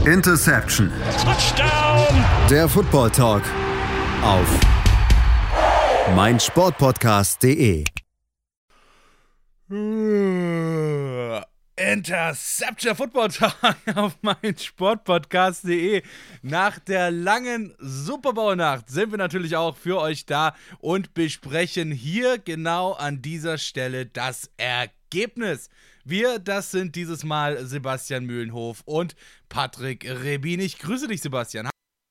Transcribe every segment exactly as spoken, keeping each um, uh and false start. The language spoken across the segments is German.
Interception. Touchdown. Der Football Talk auf meinsportpodcast punkt de. Interception Football Talk auf meinsportpodcast punkt de. Nach der langen Super Bowl-Nacht sind wir natürlich auch für euch da und besprechen hier genau an dieser Stelle das Ergebnis. Wir, das sind dieses Mal Sebastian Mühlenhof und Patrick Rebin. Ich grüße dich, Sebastian.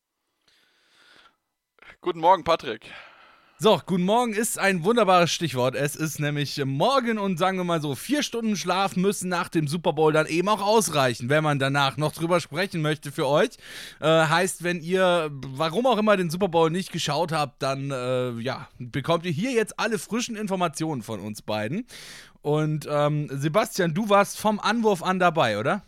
Guten Morgen, Patrick. So, guten Morgen ist ein wunderbares Stichwort. Es ist nämlich morgen und sagen wir mal so, vier Stunden Schlaf müssen nach dem Super Bowl dann eben auch ausreichen, wenn man danach noch drüber sprechen möchte für euch. Äh, heißt, wenn ihr, warum auch immer, den Super Bowl nicht geschaut habt, dann äh, ja, bekommt ihr hier jetzt alle frischen Informationen von uns beiden. Und ähm, Sebastian, du warst vom Anwurf an dabei, oder?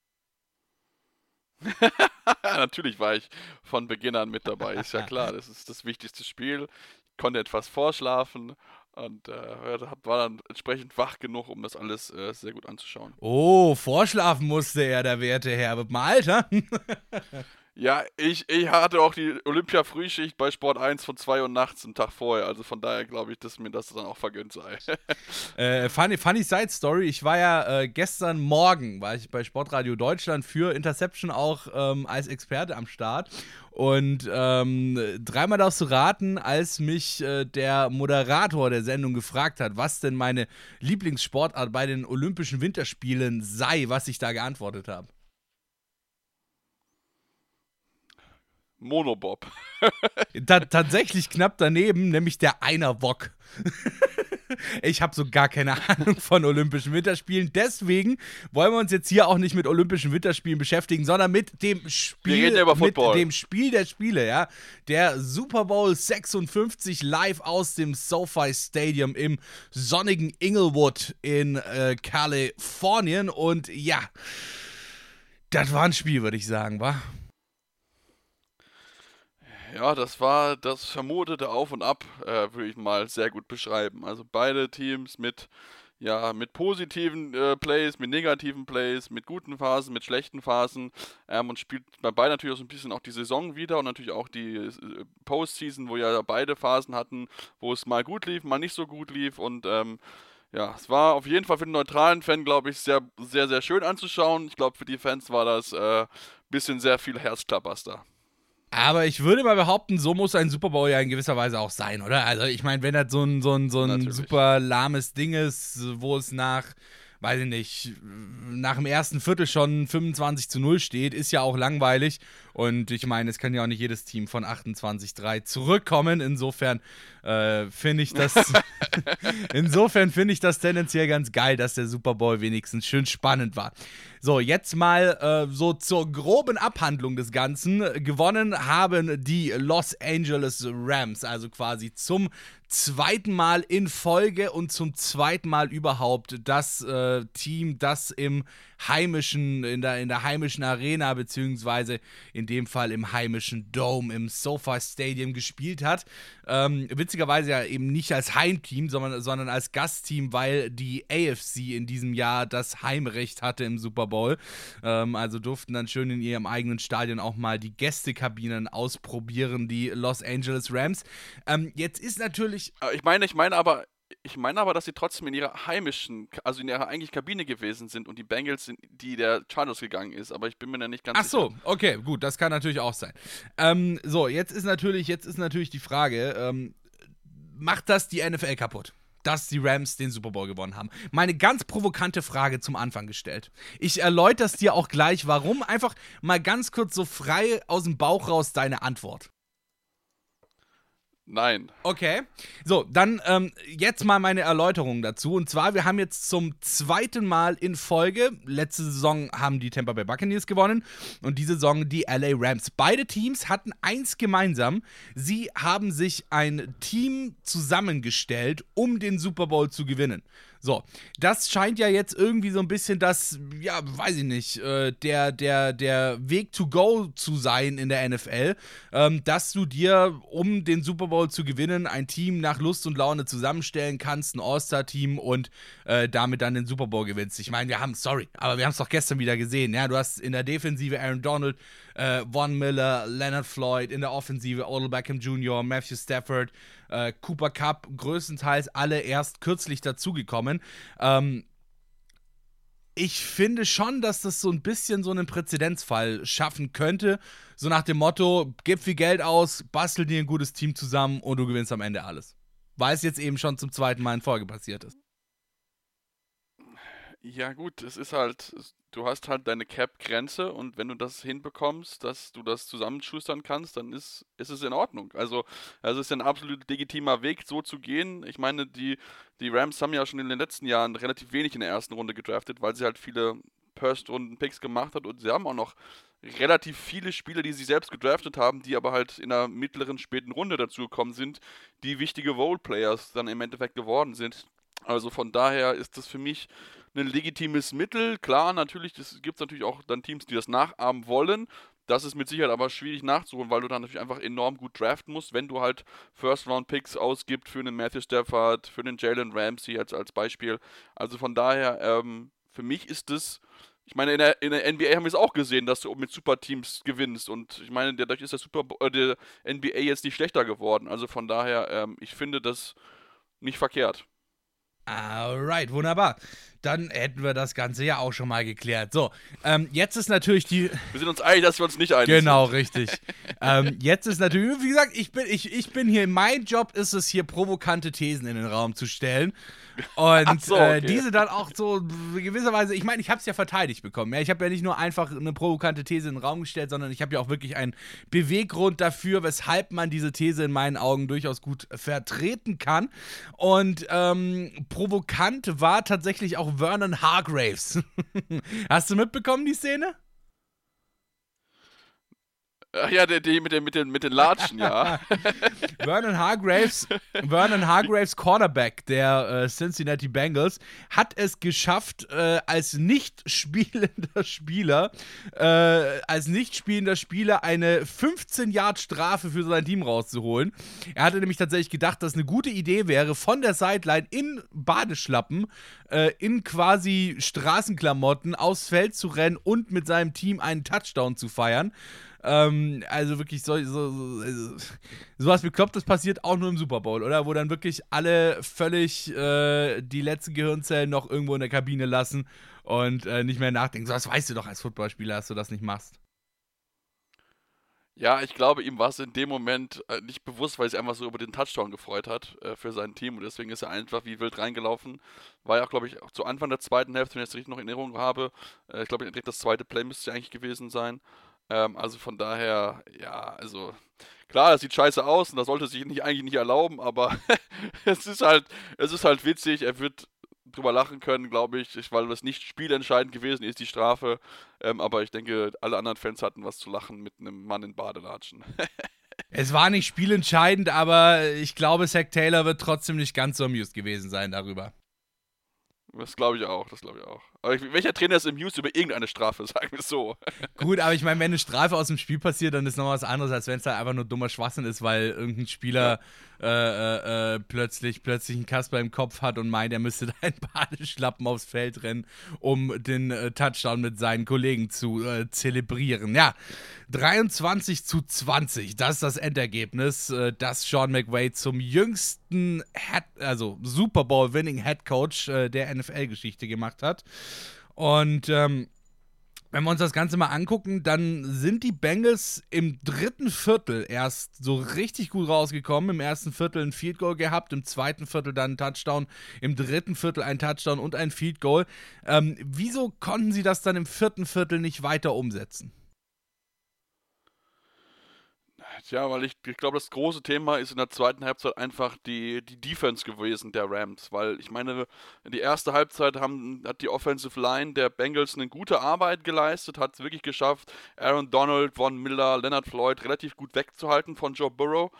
Natürlich war ich von Beginn an mit dabei, ist ja klar. Das ist das wichtigste Spiel. Ich konnte etwas vorschlafen und äh, war dann entsprechend wach genug, um das alles äh, sehr gut anzuschauen. Oh, vorschlafen musste er, der werte Herr. Mit dem Alter? Ja, ich, ich hatte auch die Olympia-Frühschicht bei Sport eins von zwei Uhr nachts einen Tag vorher. Also von daher glaube ich, dass mir das dann auch vergönnt sei. äh, funny, funny Side Story. Ich war ja äh, gestern Morgen, war ich bei Sportradio Deutschland für Interception auch ähm, als Experte am Start. Und ähm, dreimal darfst du raten, als mich äh, der Moderator der Sendung gefragt hat, was denn meine Lieblingssportart bei den Olympischen Winterspielen sei, was ich da geantwortet habe. Monobob. Ta- tatsächlich knapp daneben, nämlich der Einerbock. Ich habe so gar keine Ahnung von Olympischen Winterspielen. Deswegen wollen wir uns jetzt hier auch nicht mit Olympischen Winterspielen beschäftigen, sondern mit dem Spiel, wir reden über mit Football. dem Spiel der Spiele, ja. Der Super Bowl sechsundfünfzig live aus dem SoFi Stadium im sonnigen Inglewood in äh, Kalifornien. Und ja, das war ein Spiel, würde ich sagen, wa? Ja, das war das vermutete Auf und Ab, äh, würde ich mal sehr gut beschreiben. Also beide Teams mit, ja, mit positiven äh, Plays, mit negativen Plays, mit guten Phasen, mit schlechten Phasen. Ähm, und spielt bei beiden natürlich auch so ein bisschen auch die Saison wieder und natürlich auch die äh, Postseason, wo ja beide Phasen hatten, wo es mal gut lief, mal nicht so gut lief. Und ähm, ja, es war auf jeden Fall für den neutralen Fan, glaube ich, sehr, sehr, sehr schön anzuschauen. Ich glaube, für die Fans war das ein äh, bisschen sehr viel Herzklabaster. Aber ich würde mal behaupten, so muss ein Super Bowl ja in gewisser Weise auch sein, oder? Also ich meine, wenn das so ein, so ein, so ein super lahmes Ding ist, wo es nach, weiß ich nicht, nach dem ersten Viertel schon fünfundzwanzig zu null steht, ist ja auch langweilig. Und ich meine, es kann ja auch nicht jedes Team von achtundzwanzig drei zurückkommen. Insofern äh, finde ich das insofern finde ich das tendenziell ganz geil, dass der Super Bowl wenigstens schön spannend war. So, jetzt mal äh, so zur groben Abhandlung des Ganzen. Gewonnen haben die Los Angeles Rams, also quasi zum zweiten Mal in Folge und zum zweiten Mal überhaupt das äh, Team, das im heimischen, in der, in der heimischen Arena, beziehungsweise in dem Fall im heimischen Dome, im SoFi Stadium gespielt hat. Ähm, witzigerweise ja eben nicht als Heimteam, sondern, sondern als Gastteam, weil die A F C in diesem Jahr das Heimrecht hatte im Super Bowl. Ähm, also durften dann schön in ihrem eigenen Stadion auch mal die Gästekabinen ausprobieren, die Los Angeles Rams. Ähm, jetzt ist natürlich... Ich meine, ich meine aber... Ich meine aber, dass sie trotzdem in ihrer heimischen, also in ihrer eigentlichen Kabine gewesen sind und die Bengals sind, die der Chargers gegangen ist, aber ich bin mir da nicht ganz Ach sicher. so, okay, gut, das kann natürlich auch sein. Ähm, so, jetzt ist natürlich, jetzt ist natürlich die Frage, ähm, macht das die N F L kaputt, dass die Rams den Super Bowl gewonnen haben? Meine ganz provokante Frage zum Anfang gestellt. Ich erläutere es dir auch gleich, warum. Einfach mal ganz kurz so frei aus dem Bauch raus deine Antwort. Nein. Okay, so, dann ähm, jetzt mal meine Erläuterung dazu. Und zwar, wir haben jetzt zum zweiten Mal in Folge, letzte Saison haben die Tampa Bay Buccaneers gewonnen und diese Saison die L A Rams. Beide Teams hatten eins gemeinsam, sie haben sich ein Team zusammengestellt, um den Super Bowl zu gewinnen. So, das scheint ja jetzt irgendwie so ein bisschen das, ja, weiß ich nicht, äh, der, der, der Weg to go zu sein in der N F L, ähm, dass du dir, um den Super Bowl zu gewinnen, ein Team nach Lust und Laune zusammenstellen kannst, ein All-Star-Team und äh, damit dann den Super Bowl gewinnst. Ich meine, wir haben, sorry, aber wir haben es doch gestern wieder gesehen, ja, du hast in der Defensive Aaron Donald, äh, Von Miller, Leonard Floyd, in der Offensive Odell Beckham Junior, Matthew Stafford, äh, Cooper Kupp, größtenteils alle erst kürzlich dazugekommen. Ähm, ich finde schon, dass das so ein bisschen so einen Präzedenzfall schaffen könnte. So nach dem Motto, gib viel Geld aus, bastel dir ein gutes Team zusammen und du gewinnst am Ende alles. Weil es jetzt eben schon zum zweiten Mal in Folge passiert ist. Ja gut, es ist halt, du hast halt deine Cap-Grenze und wenn du das hinbekommst, dass du das zusammenschustern kannst, dann ist, ist es in Ordnung. Also es ist ein absolut legitimer Weg, so zu gehen. Ich meine, die, die Rams haben ja schon in den letzten Jahren relativ wenig in der ersten Runde gedraftet, weil sie halt viele First-Runden-Picks gemacht hat und sie haben auch noch relativ viele Spieler, die sie selbst gedraftet haben, die aber halt in der mittleren, späten Runde dazu gekommen sind, die wichtige Role-Players dann im Endeffekt geworden sind. Also von daher ist das für mich ein legitimes Mittel. Klar, natürlich, es gibt natürlich auch dann Teams, die das nachahmen wollen. Das ist mit Sicherheit aber schwierig nachzuholen, weil du dann natürlich einfach enorm gut draften musst, wenn du halt First-Round-Picks ausgibst für einen Matthew Stafford, für einen Jalen Ramsey als, als Beispiel. Also von daher, ähm, für mich ist das, ich meine, in der, in der N B A haben wir es auch gesehen, dass du mit Superteams gewinnst und ich meine, dadurch ist der, Super, äh, der N B A jetzt nicht schlechter geworden. Also von daher, ähm, ich finde das nicht verkehrt. Alright, wunderbar. Dann hätten wir das Ganze ja auch schon mal geklärt. So, ähm, jetzt ist natürlich die... Wir sind uns einig, dass wir uns nicht einig Genau, sind. richtig. ähm, jetzt ist natürlich, wie gesagt, ich bin, ich, ich bin hier, mein Job ist es hier, provokante Thesen in den Raum zu stellen. Und so, okay. äh, diese dann auch so gewisserweise, ich meine, ich habe es ja verteidigt bekommen. Ja? Ich habe ja nicht nur einfach eine provokante These in den Raum gestellt, sondern ich habe ja auch wirklich einen Beweggrund dafür, weshalb man diese These in meinen Augen durchaus gut vertreten kann. Und ähm, provokant war tatsächlich auch Vernon Hargreaves. Hast du mitbekommen, die Szene? Ach ja, die, die mit, den, mit, den, mit den Latschen, ja. Vernon Hargreaves, Vernon Hargreaves, Cornerback der äh, Cincinnati Bengals, hat es geschafft, äh, als nicht spielender Spieler, äh, als nicht spielender Spieler eine fünfzehn-Yard-Strafe für sein Team rauszuholen. Er hatte nämlich tatsächlich gedacht, dass eine gute Idee wäre, von der Sideline in Badeschlappen, äh, in quasi Straßenklamotten aufs Feld zu rennen und mit seinem Team einen Touchdown zu feiern. Ähm, also wirklich so, so, so sowas Beklopptes passiert auch nur im Super Bowl, oder? Wo dann wirklich alle völlig äh, die letzten Gehirnzellen noch irgendwo in der Kabine lassen und äh, nicht mehr nachdenken. So, das weißt du doch als Footballspieler, dass du das nicht machst. Ja, ich glaube, ihm war es in dem Moment äh, nicht bewusst, weil er sich einfach so über den Touchdown gefreut hat äh, für sein Team und deswegen ist er einfach wie wild reingelaufen. War ja auch, glaube ich, auch zu Anfang der zweiten Hälfte, wenn ich das richtig noch in Erinnerung habe. Äh, ich glaube, direkt das zweite Play müsste ja eigentlich gewesen sein. Ähm, also von daher, ja, also klar, das sieht scheiße aus und das sollte sich nicht, eigentlich nicht erlauben, aber es ist halt, es ist halt witzig, er wird drüber lachen können, glaube ich, weil das nicht spielentscheidend gewesen ist, die Strafe. Ähm, aber ich denke, alle anderen Fans hatten was zu lachen mit einem Mann in Badelatschen. Es war nicht spielentscheidend, aber ich glaube, Zach Taylor wird trotzdem nicht ganz so amused gewesen sein darüber. Das glaube ich auch, das glaube ich auch. Aber ich, welcher Trainer ist amused über irgendeine Strafe, sagen wir es so. Gut, aber ich meine, wenn eine Strafe aus dem Spiel passiert, dann ist noch was anderes, als wenn es da einfach nur dummer Schwachsinn ist, weil irgendein Spieler ja. äh, äh, plötzlich, plötzlich einen Kasper im Kopf hat und meint, er müsste da in Badeschlappen aufs Feld rennen, um den äh, Touchdown mit seinen Kollegen zu äh, zelebrieren. Ja, dreiundzwanzig zu zwanzig, das ist das Endergebnis, äh, das Sean McVay zum jüngsten Head, also Super Bowl-winning Head Coach äh, der N F L-Geschichte gemacht hat. Und ähm, wenn wir uns das Ganze mal angucken, dann sind die Bengals im dritten Viertel erst so richtig gut rausgekommen. Im ersten Viertel ein Field Goal gehabt, im zweiten Viertel dann ein Touchdown, im dritten Viertel ein Touchdown und ein Field Goal. Ähm, wieso konnten sie das dann im vierten Viertel nicht weiter umsetzen? Ja, weil ich, ich glaube, das große Thema ist in der zweiten Halbzeit einfach die, die Defense gewesen der Rams, weil ich meine, die erste Halbzeit haben, hat die Offensive Line der Bengals eine gute Arbeit geleistet, hat es wirklich geschafft, Aaron Donald, Von Miller, Leonard Floyd relativ gut wegzuhalten von Joe Burrow.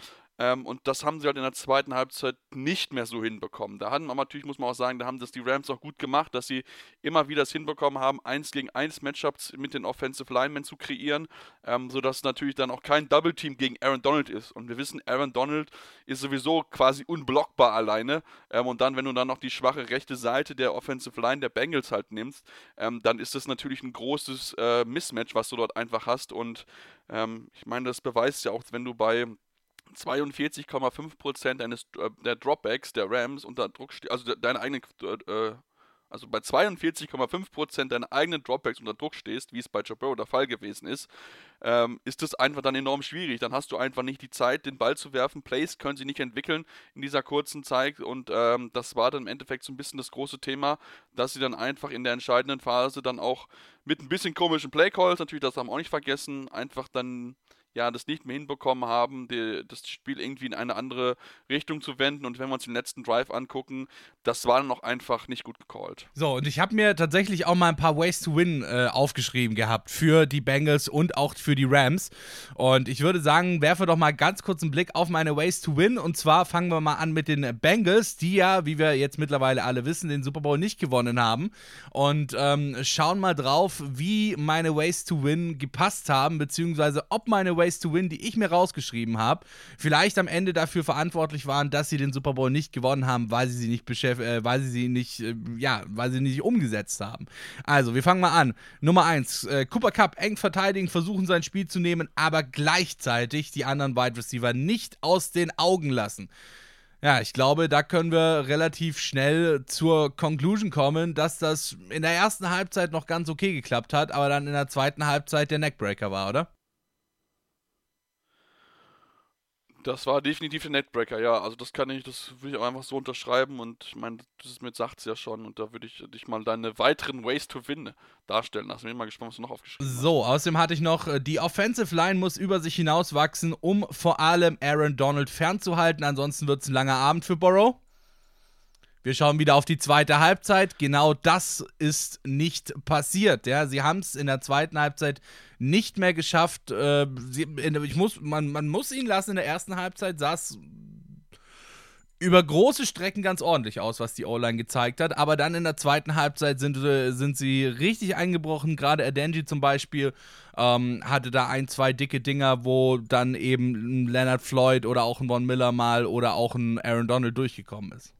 Ähm, und das haben sie halt in der zweiten Halbzeit nicht mehr so hinbekommen. Da haben aber natürlich, muss man auch sagen, da haben das die Rams auch gut gemacht, dass sie immer wieder es hinbekommen haben, eins gegen eins Matchups mit den Offensive Linemen zu kreieren, ähm, sodass natürlich dann auch kein Double Team gegen Aaron Donald ist. Und wir wissen, Aaron Donald ist sowieso quasi unblockbar alleine. Ähm, und dann, wenn du dann noch die schwache rechte Seite der Offensive Line der Bengals halt nimmst, ähm, dann ist das natürlich ein großes äh, Mismatch, was du dort einfach hast. Und ähm, ich meine, das beweist ja auch, wenn du bei zweiundvierzig Komma fünf Prozent deines äh, der Dropbacks der Rams unter Druck stehst, also de, deine eigenen, äh, also bei zweiundvierzig Komma fünf Prozent deiner eigenen Dropbacks unter Druck stehst, wie es bei Joe Burrow der Fall gewesen ist, ähm, ist das einfach dann enorm schwierig. Dann hast du einfach nicht die Zeit, den Ball zu werfen. Plays können sie nicht entwickeln in dieser kurzen Zeit und ähm, das war dann im Endeffekt so ein bisschen das große Thema, dass sie dann einfach in der entscheidenden Phase dann auch mit ein bisschen komischen Playcalls, natürlich das haben wir auch nicht vergessen, einfach dann ja, das nicht mehr hinbekommen haben, die, das Spiel irgendwie in eine andere Richtung zu wenden. Und wenn wir uns den letzten Drive angucken, das war dann noch einfach nicht gut gecallt. So, und ich habe mir tatsächlich auch mal ein paar Ways to Win äh, aufgeschrieben gehabt für die Bengals und auch für die Rams. Und ich würde sagen, werfe doch mal ganz kurz einen Blick auf meine Ways to Win. Und zwar fangen wir mal an mit den Bengals, die ja, wie wir jetzt mittlerweile alle wissen, den Super Bowl nicht gewonnen haben. Und ähm, schauen mal drauf, wie meine Ways to Win gepasst haben, beziehungsweise ob meine Ways to Win, die ich mir rausgeschrieben habe, vielleicht am Ende dafür verantwortlich waren, dass sie den Super Bowl nicht gewonnen haben, weil sie sie nicht beschäft- äh, weil sie sie nicht, äh, ja, weil sie nicht umgesetzt haben. Also, wir fangen mal an. Nummer eins, äh, Cooper Kupp eng verteidigen, versuchen sein Spiel zu nehmen, aber gleichzeitig die anderen Wide Receiver nicht aus den Augen lassen. Ja, ich glaube, da können wir relativ schnell zur Conclusion kommen, dass das in der ersten Halbzeit noch ganz okay geklappt hat, aber dann in der zweiten Halbzeit der Neckbreaker war, oder? Das war definitiv der Netbreaker, ja. Also das kann ich, das würde ich auch einfach so unterschreiben und ich meine, das mit sagt's ja schon und da würde ich dich mal deine weiteren Ways to Win darstellen lassen. Bin mal gespannt, was du noch aufgeschrieben hast. So, außerdem hatte ich noch, äh, die Offensive Line muss über sich hinauswachsen, um vor allem Aaron Donald fernzuhalten, ansonsten wird es ein langer Abend für Burrow. Wir schauen wieder auf die zweite Halbzeit. Genau das ist nicht passiert. Ja, sie haben es in der zweiten Halbzeit nicht mehr geschafft. Äh, sie, in, ich muss, man, man muss ihn lassen, in der ersten Halbzeit sah es über große Strecken ganz ordentlich aus, was die O-Line gezeigt hat. Aber dann in der zweiten Halbzeit sind, sind sie richtig eingebrochen. Gerade Adeniji zum Beispiel ähm, hatte da ein, zwei dicke Dinger, wo dann eben ein Leonard Floyd oder auch ein Von Miller mal oder auch ein Aaron Donald durchgekommen ist.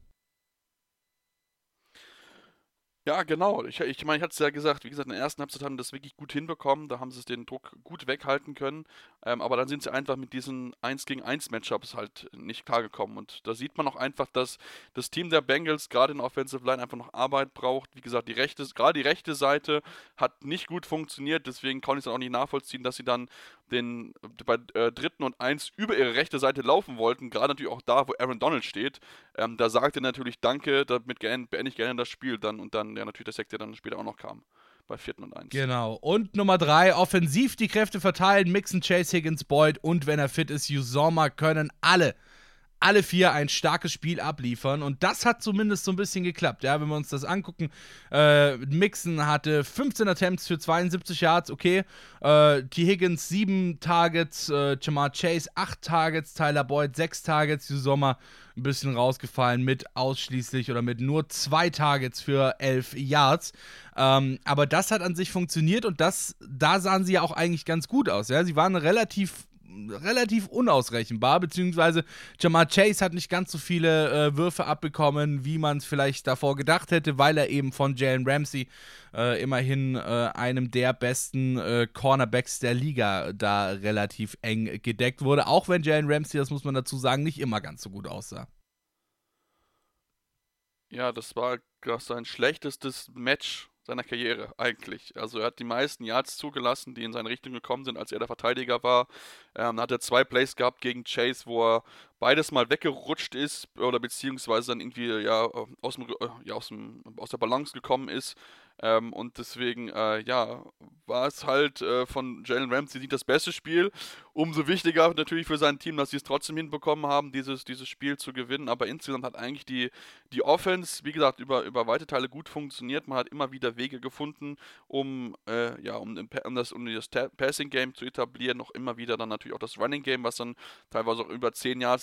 Ja, genau. Ich, ich meine, ich hatte es ja gesagt, wie gesagt, in der ersten Halbzeit haben sie das wirklich gut hinbekommen, da haben sie den Druck gut weghalten können, ähm, aber dann sind sie einfach mit diesen eins gegen eins Matchups halt nicht klargekommen und da sieht man auch einfach, dass das Team der Bengals gerade in der Offensive Line einfach noch Arbeit braucht. Wie gesagt, die rechte, gerade die rechte Seite hat nicht gut funktioniert, deswegen kann ich es auch nicht nachvollziehen, dass sie dann den bei äh, dritten und eins über ihre rechte Seite laufen wollten, gerade natürlich auch da, wo Aaron Donald steht. Ähm, da sagt er natürlich Danke, damit beende ich gerne das Spiel dann und dann ja natürlich der Sack, der dann später auch noch kam. Bei vierten und eins. Genau. Und Nummer drei, offensiv die Kräfte verteilen, Mixon, Chase, Higgins, Boyd und wenn er fit ist, Uzomah können alle alle vier ein starkes Spiel abliefern und das hat zumindest so ein bisschen geklappt, ja, wenn wir uns das angucken. Äh, Mixon hatte fünfzehn Attempts für zweiundsiebzig Yards, okay. Äh, T. Higgins sieben Targets, äh, Ja'Marr Chase acht Targets, Tyler Boyd sechs Targets, Uzomah ein bisschen rausgefallen mit ausschließlich oder mit nur zwei Targets für elf Yards. Ähm, aber das hat an sich funktioniert und das, da sahen sie ja auch eigentlich ganz gut aus, ja. Sie waren relativ relativ unausrechenbar, beziehungsweise Ja'Marr Chase hat nicht ganz so viele äh, Würfe abbekommen, wie man es vielleicht davor gedacht hätte, weil er eben von Jalen Ramsey, äh, immerhin äh, einem der besten äh, Cornerbacks der Liga, da relativ eng gedeckt wurde, auch wenn Jalen Ramsey, das muss man dazu sagen, nicht immer ganz so gut aussah. Ja, das war das sein schlechtestes Match seiner Karriere eigentlich. Also er hat die meisten Yards zugelassen, die in seine Richtung gekommen sind, als er der Verteidiger war. Ähm, da hat er zwei Plays gehabt gegen Chase, wo er beides mal weggerutscht ist oder beziehungsweise dann irgendwie ja aus, dem, ja, aus, dem, aus der Balance gekommen ist. Ähm, und deswegen, äh, ja, war es halt äh, von Jalen Ramsey nicht das beste Spiel. Umso wichtiger natürlich für sein Team, dass sie es trotzdem hinbekommen haben, dieses, dieses Spiel zu gewinnen. Aber insgesamt hat eigentlich die, die Offense, wie gesagt, über, über weite Teile gut funktioniert. Man hat immer wieder Wege gefunden, um, äh, ja, um, um das, um das Passing-Game zu etablieren. Noch immer wieder dann natürlich auch das Running-Game, was dann teilweise auch über zehn Yards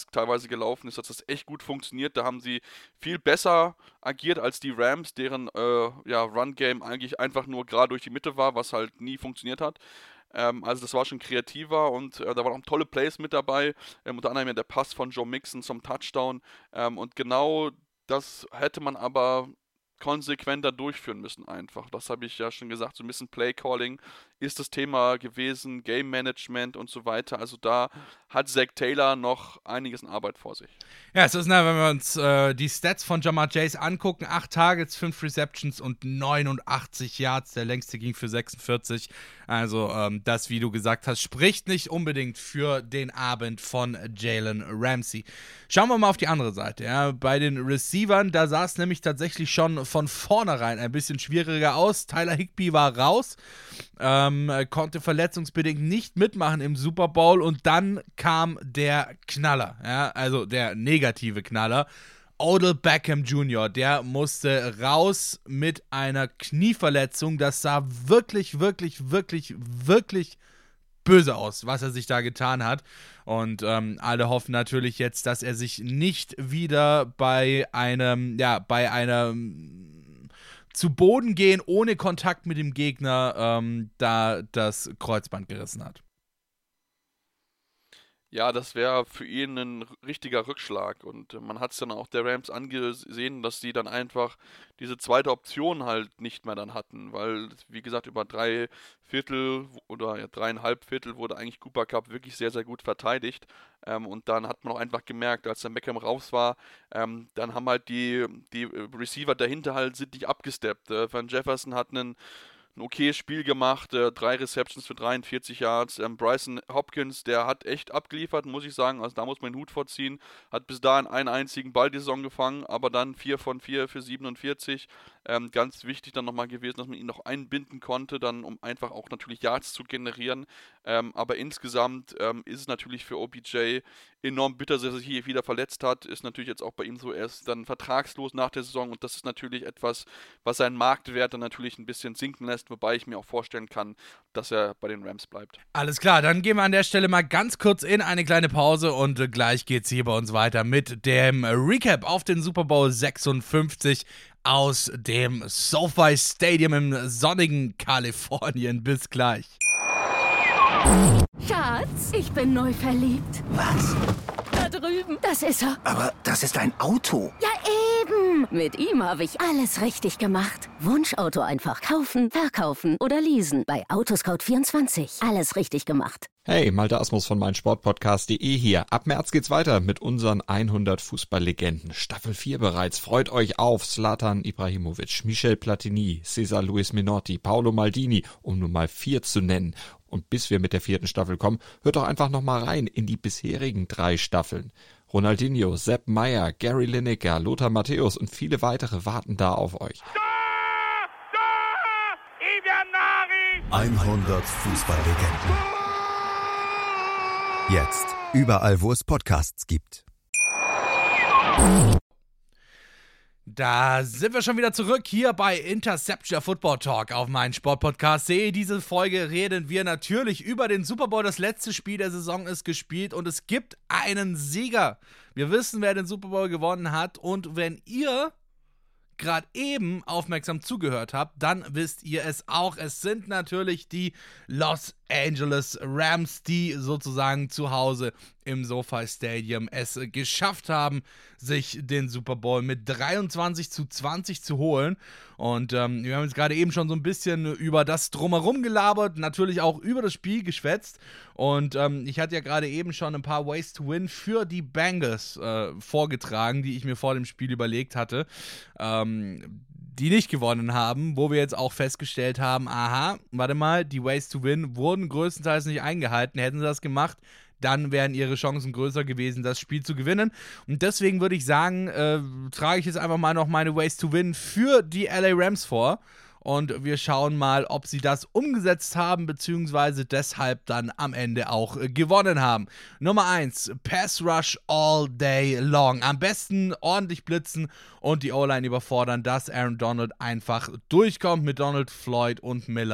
teilweise gelaufen ist, dass das echt gut funktioniert. Da haben sie viel besser agiert als die Rams, deren äh, ja, Run-Game eigentlich einfach nur gerade durch die Mitte war, was halt nie funktioniert hat. Ähm, also das war schon kreativer und äh, da waren auch tolle Plays mit dabei, ähm, unter anderem ja der Pass von Joe Mixon zum Touchdown. Ähm, und genau das hätte man aber konsequenter durchführen müssen einfach. Das habe ich ja schon gesagt, so ein bisschen Play-Calling ist das Thema gewesen, Game-Management und so weiter. Also da hat Zach Taylor noch einiges an Arbeit vor sich. Ja, es ist, na, wenn wir uns äh, die Stats von Ja'Marr Chase angucken, acht Targets, fünf Receptions und neunundachtzig Yards, der längste ging für sechsundvierzig. Also ähm, das, wie du gesagt hast, spricht nicht unbedingt für den Abend von Jalen Ramsey. Schauen wir mal auf die andere Seite. Ja. Bei den Receivern, da sah es nämlich tatsächlich schon von vornherein ein bisschen schwieriger aus. Tyler Higbee war raus, ähm, konnte verletzungsbedingt nicht mitmachen im Super Bowl und dann kam der Knaller, ja, also der negative Knaller. Odell Beckham Junior, der musste raus mit einer Knieverletzung. Das sah wirklich, wirklich, wirklich, wirklich böse aus, was er sich da getan hat. Und ähm, alle hoffen natürlich jetzt, dass er sich nicht wieder bei einem, ja, bei einer zu Boden gehen ohne Kontakt mit dem Gegner, ähm, da das Kreuzband gerissen hat. Ja, das wäre für ihn ein richtiger Rückschlag und man hat es dann auch der Rams angesehen, dass die dann einfach diese zweite Option halt nicht mehr dann hatten, weil, wie gesagt, über drei Viertel oder ja, dreieinhalb Viertel wurde eigentlich Cooper Kupp wirklich sehr, sehr gut verteidigt ähm, und dann hat man auch einfach gemerkt, als der Beckham raus war, ähm, dann haben halt die, die Receiver dahinter halt sind nicht abgesteppt. Äh, Van Jefferson hat einen ein okayes Spiel gemacht, äh, drei Receptions für dreiundvierzig Yards. Ähm, Bryson Hopkins, der hat echt abgeliefert, muss ich sagen. Also da muss man den Hut vorziehen. Hat bis dahin einen einzigen Ball die Saison gefangen, aber dann vier von vier für siebenundvierzig. Ähm, ganz wichtig dann nochmal gewesen, dass man ihn noch einbinden konnte, dann um einfach auch natürlich Yards zu generieren. Ähm, aber insgesamt ähm, ist es natürlich für O B J enorm bitter, dass er sich hier wieder verletzt hat. Ist natürlich jetzt auch bei ihm so, er ist dann vertragslos nach der Saison und das ist natürlich etwas, was seinen Marktwert dann natürlich ein bisschen sinken lässt, wobei ich mir auch vorstellen kann, dass er bei den Rams bleibt. Alles klar, dann gehen wir an der Stelle mal ganz kurz in eine kleine Pause und äh, gleich geht's hier bei uns weiter mit dem Recap auf den Super Bowl sechsundfünfzig aus dem SoFi Stadium im sonnigen Kalifornien. Bis gleich. Schatz, ich bin neu verliebt. Was? Da drüben. Das ist er. Aber das ist ein Auto. Ja, eben. Mit ihm habe ich alles richtig gemacht. Wunschauto einfach kaufen, verkaufen oder leasen. Bei Autoscout vierundzwanzig. Alles richtig gemacht. Hey, Malte Asmus von meinsportpodcast punkt de hier. Ab März geht's weiter mit unseren hundert Fußballlegenden. Staffel vier bereits. Freut euch auf Zlatan Ibrahimovic, Michel Platini, Cesar Luis Minotti, Paolo Maldini, um nur mal vier zu nennen. Und bis wir mit der vierten Staffel kommen, hört doch einfach noch mal rein in die bisherigen drei Staffeln. Ronaldinho, Sepp Maier, Gary Lineker, Lothar Matthäus und viele weitere warten da auf euch. hundert Fußballlegenden. Jetzt überall, wo es Podcasts gibt. Da sind wir schon wieder zurück hier bei Interception Football Talk auf meinsportpodcast punkt de. Diese Folge reden wir natürlich über den Super Bowl. Das letzte Spiel der Saison ist gespielt und es gibt einen Sieger. Wir wissen, wer den Super Bowl gewonnen hat und wenn ihr gerade eben aufmerksam zugehört habt, dann wisst ihr es auch. Es sind natürlich die Los Angeles Rams, die sozusagen zu Hause im SoFi Stadium es geschafft haben, sich den Super Bowl mit dreiundzwanzig zu zwanzig zu holen. Und ähm, wir haben jetzt gerade eben schon so ein bisschen über das Drumherum gelabert, natürlich auch über das Spiel geschwätzt. Und ähm, ich hatte ja gerade eben schon ein paar Ways to Win für die Bengals äh, vorgetragen, die ich mir vor dem Spiel überlegt hatte. Ähm, die nicht gewonnen haben, wo wir jetzt auch festgestellt haben, aha, warte mal, die Ways to Win wurden größtenteils nicht eingehalten. Hätten sie das gemacht, dann wären ihre Chancen größer gewesen, das Spiel zu gewinnen. Und deswegen würde ich sagen, äh, trage ich jetzt einfach mal noch meine Ways to Win für die L A Rams vor. Und wir schauen mal, ob sie das umgesetzt haben, beziehungsweise deshalb dann am Ende auch äh, gewonnen haben. Nummer eins, Pass Rush all day long. Am besten ordentlich blitzen und die O-Line überfordern, dass Aaron Donald einfach durchkommt mit Donald, Floyd und Miller.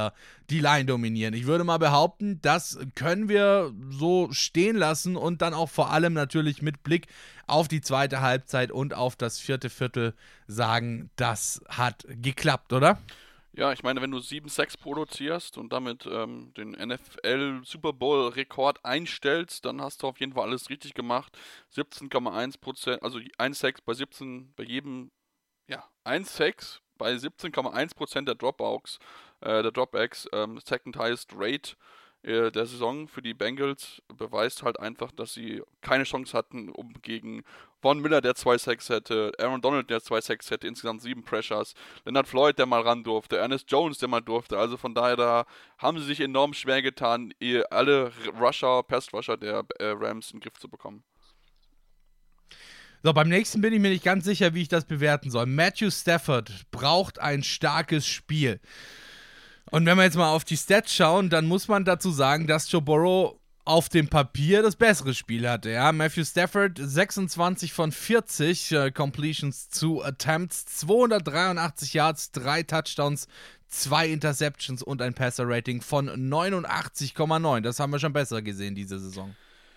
die Line dominieren. Ich würde mal behaupten, das können wir so stehen lassen und dann auch vor allem natürlich mit Blick auf die zweite Halbzeit und auf das vierte Viertel sagen, das hat geklappt, oder? Ja, ich meine, wenn du sieben Sacks produzierst und damit ähm, den N F L-Super Bowl-Rekord einstellst, dann hast du auf jeden Fall alles richtig gemacht. siebzehn Komma eins Prozent, also ein Sack bei siebzehn, bei jedem, ja, ein Sack bei siebzehn Komma eins Prozent der Dropbacks, äh, der Dropbacks, ähm, second highest rate äh, der Saison für die Bengals, beweist halt einfach, dass sie keine Chance hatten, um gegen Von Miller, der zwei Sacks hätte, Aaron Donald, der zwei Sacks hätte, insgesamt sieben Pressures, Leonard Floyd, der mal ran durfte, Ernest Jones, der mal durfte, also von daher, da haben sie sich enorm schwer getan, alle Rusher, Pass-Rusher der äh, Rams in den Griff zu bekommen. So, beim nächsten bin ich mir nicht ganz sicher, wie ich das bewerten soll. Matthew Stafford braucht ein starkes Spiel. Und wenn wir jetzt mal auf die Stats schauen, dann muss man dazu sagen, dass Joe Burrow auf dem Papier das bessere Spiel hatte. Ja? Matthew Stafford, sechsundzwanzig von vierzig äh, Completions zu Attempts, zweihundertdreiundachtzig Yards, drei Touchdowns, zwei Interceptions und ein Passer-Rating von neunundachtzig Komma neun. Das haben wir schon besser gesehen diese Saison.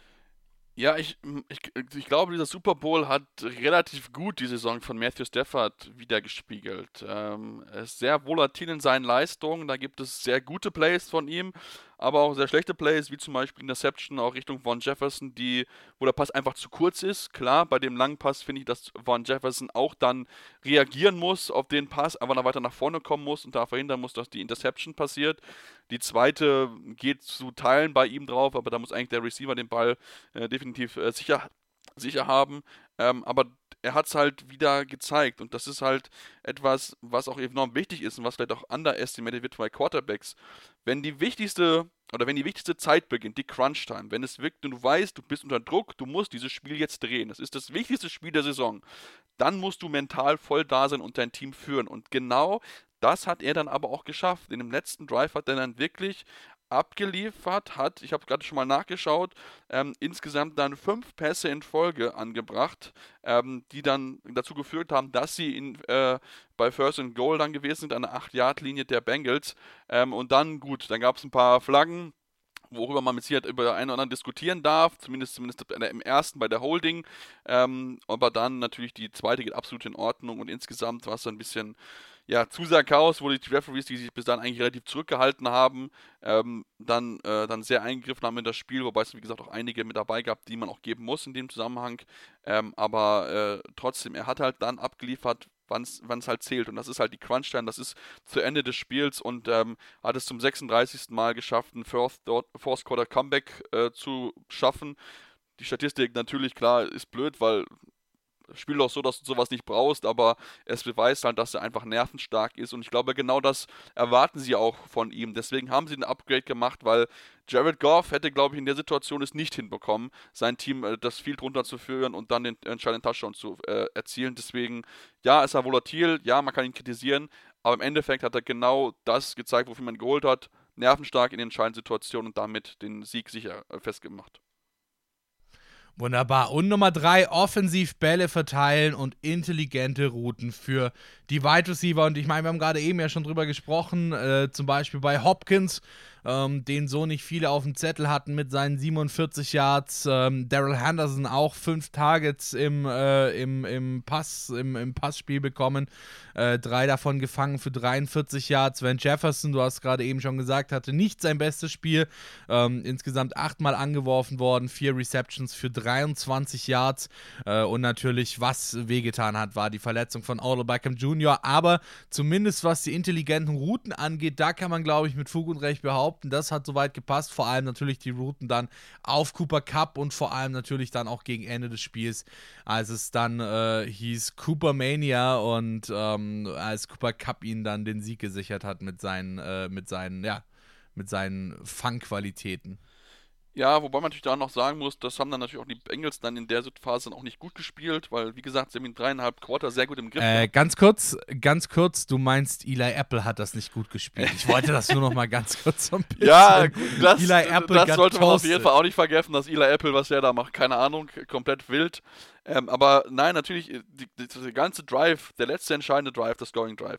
Ja, ich, ich, ich glaube, dieser Super Bowl hat relativ gut die Saison von Matthew Stafford wiedergespiegelt. Ähm, er ist sehr volatil in seinen Leistungen, da gibt es sehr gute Plays von ihm, aber auch sehr schlechte Plays, wie zum Beispiel Interception auch Richtung Von Jefferson, die, wo der Pass einfach zu kurz ist. Klar, bei dem langen Pass finde ich, dass Von Jefferson auch dann reagieren muss auf den Pass, aber dann weiter nach vorne kommen muss und da verhindern muss, dass die Interception passiert. Die zweite geht zu Teilen bei ihm drauf, aber da muss eigentlich der Receiver den Ball äh, definitiv äh, sicher, sicher haben. Ähm, aber er hat es halt wieder gezeigt und das ist halt etwas, was auch enorm wichtig ist und was vielleicht auch underestimated wird bei Quarterbacks. Wenn die wichtigste oder wenn die wichtigste Zeit beginnt, die Crunch-Time, wenn es wirkt und du weißt, du bist unter Druck, du musst dieses Spiel jetzt drehen, das ist das wichtigste Spiel der Saison, dann musst du mental voll da sein und dein Team führen und genau das hat er dann aber auch geschafft. In dem letzten Drive hat er dann wirklich abgeliefert, hat, ich habe gerade schon mal nachgeschaut, ähm, insgesamt dann fünf Pässe in Folge angebracht, ähm, die dann dazu geführt haben, dass sie in, äh, bei First and Goal dann gewesen sind, an der acht Yard Linie der Bengals. Ähm, und dann, gut, dann gab es ein paar Flaggen, worüber man mit Sicherheit über den einen oder anderen diskutieren darf, zumindest, zumindest im ersten bei der Holding, ähm, aber dann natürlich die zweite geht absolut in Ordnung und insgesamt war es so ein bisschen, ja, zu sehr Chaos, wo die Referees, die sich bis dahin eigentlich relativ zurückgehalten haben, ähm, dann, äh, dann sehr eingegriffen haben in das Spiel, wobei es, wie gesagt, auch einige mit dabei gab, die man auch geben muss in dem Zusammenhang, ähm, aber äh, trotzdem, er hat halt dann abgeliefert, wann es halt zählt und das ist halt die Crunch-Time, das ist zu Ende des Spiels und ähm, hat es zum sechsunddreißigsten Mal geschafft, ein Fourth-Quarter-Comeback äh, zu schaffen. Die Statistik natürlich, klar, ist blöd, weil Spiel doch so, dass du sowas nicht brauchst, aber es beweist halt, dass er einfach nervenstark ist und ich glaube, genau das erwarten sie auch von ihm. Deswegen haben sie ein Upgrade gemacht, weil Jared Goff hätte, glaube ich, in der Situation es nicht hinbekommen, sein Team äh, das Field runterzuführen und dann den entscheidenden Touchdown zu äh, erzielen. Deswegen, ja, ist er volatil, ja, man kann ihn kritisieren, aber im Endeffekt hat er genau das gezeigt, wofür man ihn geholt hat, nervenstark in den entscheidenden Situationen und damit den Sieg sicher äh, festgemacht. Wunderbar. Und Nummer drei, offensiv Bälle verteilen und intelligente Routen für die Wide Receiver. Und ich meine, wir haben gerade eben ja schon drüber gesprochen, äh, zum Beispiel bei Hopkins, ähm, den so nicht viele auf dem Zettel hatten mit seinen siebenundvierzig Yards. Ähm, Darrell Henderson auch fünf Targets im, äh, im, im, Pass, im, im Passspiel bekommen. Äh, drei davon gefangen für dreiundvierzig Yards. Van Jefferson, du hast gerade eben schon gesagt, hatte nicht sein bestes Spiel. Ähm, insgesamt achtmal angeworfen worden, vier Receptions für dreiundzwanzig Yards. Äh, und natürlich, was wehgetan hat, war die Verletzung von Odell Beckham Junior Aber zumindest was die intelligenten Routen angeht, da kann man, glaube ich, mit Fug und Recht behaupten, das hat soweit gepasst. Vor allem natürlich die Routen dann auf Cooper Kupp und vor allem natürlich dann auch gegen Ende des Spiels, als es dann äh, hieß Cooper Mania und ähm, als Cooper Kupp ihn dann den Sieg gesichert hat mit seinen, äh, mit seinen, ja, mit seinen Fangqualitäten. Ja, wobei man natürlich da noch sagen muss, das haben dann natürlich auch die Bengals dann in der Phase dann auch nicht gut gespielt, weil, wie gesagt, sie haben ihn dreieinhalb Quarter sehr gut im Griff. Äh, ganz kurz, ganz kurz, du meinst, Eli Apple hat das nicht gut gespielt. Ich wollte das nur noch mal ganz kurz so ein bisschen. Ja, das, Eli Apple das sollte man auf jeden Fall auch nicht vergessen, dass Eli Apple, was er da macht, keine Ahnung, komplett wild. Ähm, aber nein, natürlich, die, die, der ganze Drive, der letzte entscheidende Drive, der Scoring Drive,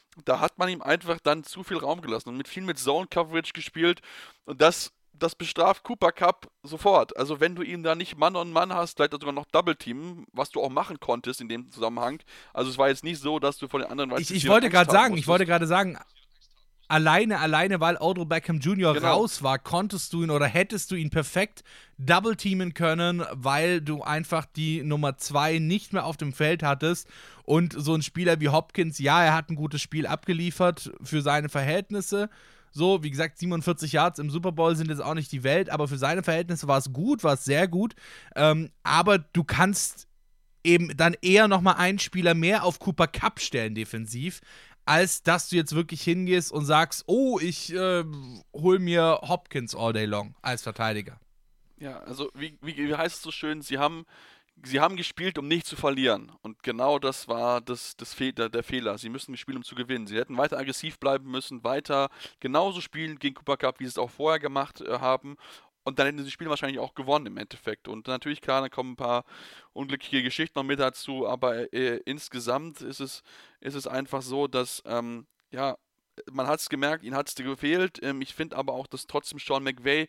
da hat man ihm einfach dann zu viel Raum gelassen und mit viel mit Zone-Coverage gespielt und das, das bestraft Cooper Kupp sofort. Also wenn du ihn da nicht Mann-on-Mann hast, vielleicht sogar noch Double-Teamen, was du auch machen konntest in dem Zusammenhang. Also es war jetzt nicht so, dass du von den anderen Ich, ich wollte gerade sagen, ich wollte gerade sagen, Alleine, alleine, weil Odell Beckham Junior genau. raus war, konntest du ihn oder hättest du ihn perfekt double-teamen können, weil du einfach die Nummer zwei nicht mehr auf dem Feld hattest. Und so ein Spieler wie Hopkins, ja, er hat ein gutes Spiel abgeliefert für seine Verhältnisse. So, wie gesagt, siebenundvierzig Yards im Super Bowl sind jetzt auch nicht die Welt, aber für seine Verhältnisse war es gut, war es sehr gut. Ähm, aber du kannst eben dann eher nochmal einen Spieler mehr auf Cooper Kupp stellen defensiv, als dass du jetzt wirklich hingehst und sagst, oh, ich äh, hol mir Hopkins all day long als Verteidiger. Ja, also wie, wie, wie heißt es so schön, sie haben, sie haben gespielt, um nicht zu verlieren. Und genau das war das, das Fe- der, der Fehler. Sie müssen spielen, um zu gewinnen. Sie hätten weiter aggressiv bleiben müssen, weiter genauso spielen gegen Cooper Kupp, wie sie es auch vorher gemacht äh, haben. Und dann hätten sie das Spiel wahrscheinlich auch gewonnen im Endeffekt. Und natürlich, klar, da kommen ein paar unglückliche Geschichten noch mit dazu, aber äh, insgesamt ist es, ist es einfach so, dass, ähm, ja, man hat es gemerkt, ihnen hat es gefehlt. Ähm, ich finde aber auch, dass trotzdem Sean McVay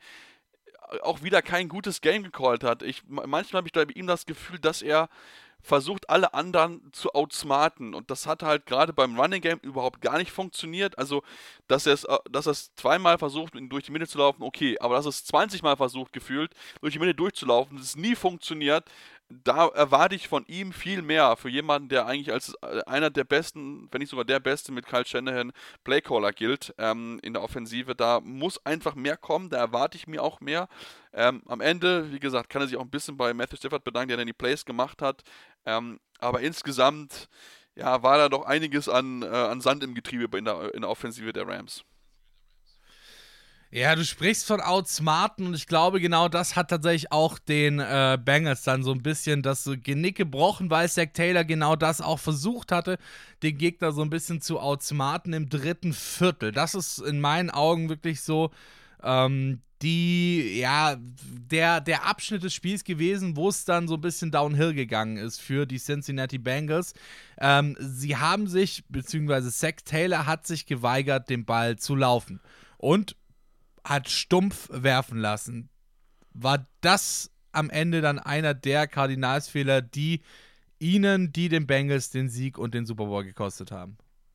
auch wieder kein gutes Game gecallt hat. Ich, manchmal habe ich da bei ihm das Gefühl, dass er versucht, alle anderen zu outsmarten. Und das hat halt gerade beim Running Game überhaupt gar nicht funktioniert. Also, dass er es dass er es zweimal versucht, durch die Mitte zu laufen, okay. Aber dass er es zwanzig Mal versucht, gefühlt, durch die Mitte durchzulaufen, das nie funktioniert. Da erwarte ich von ihm viel mehr. Für jemanden, der eigentlich als einer der besten, wenn nicht sogar der Beste mit Kyle Shanahan Playcaller gilt ähm, in der Offensive. Da muss einfach mehr kommen. Da erwarte ich mir auch mehr. Ähm, am Ende, wie gesagt, kann er sich auch ein bisschen bei Matthew Stafford bedanken, der dann die Plays gemacht hat. Ähm, aber insgesamt, ja, war da doch einiges an, äh, an Sand im Getriebe in der, in der Offensive der Rams. Ja, du sprichst von Outsmarten und ich glaube, genau das hat tatsächlich auch den äh, Bengals dann so ein bisschen das Genick gebrochen, weil Zac Taylor genau das auch versucht hatte, den Gegner so ein bisschen zu outsmarten im dritten Viertel. Das ist in meinen Augen wirklich so ähm, die, ja, der, der Abschnitt des Spiels gewesen, wo es dann so ein bisschen downhill gegangen ist für die Cincinnati Bengals. Ähm, sie haben sich, beziehungsweise Zac Taylor hat sich geweigert, den Ball zu laufen. Und hat stumpf werfen lassen. War das am Ende dann einer der Kardinalsfehler, die ihnen, die den Bengals den Sieg und den Super Bowl gekostet haben?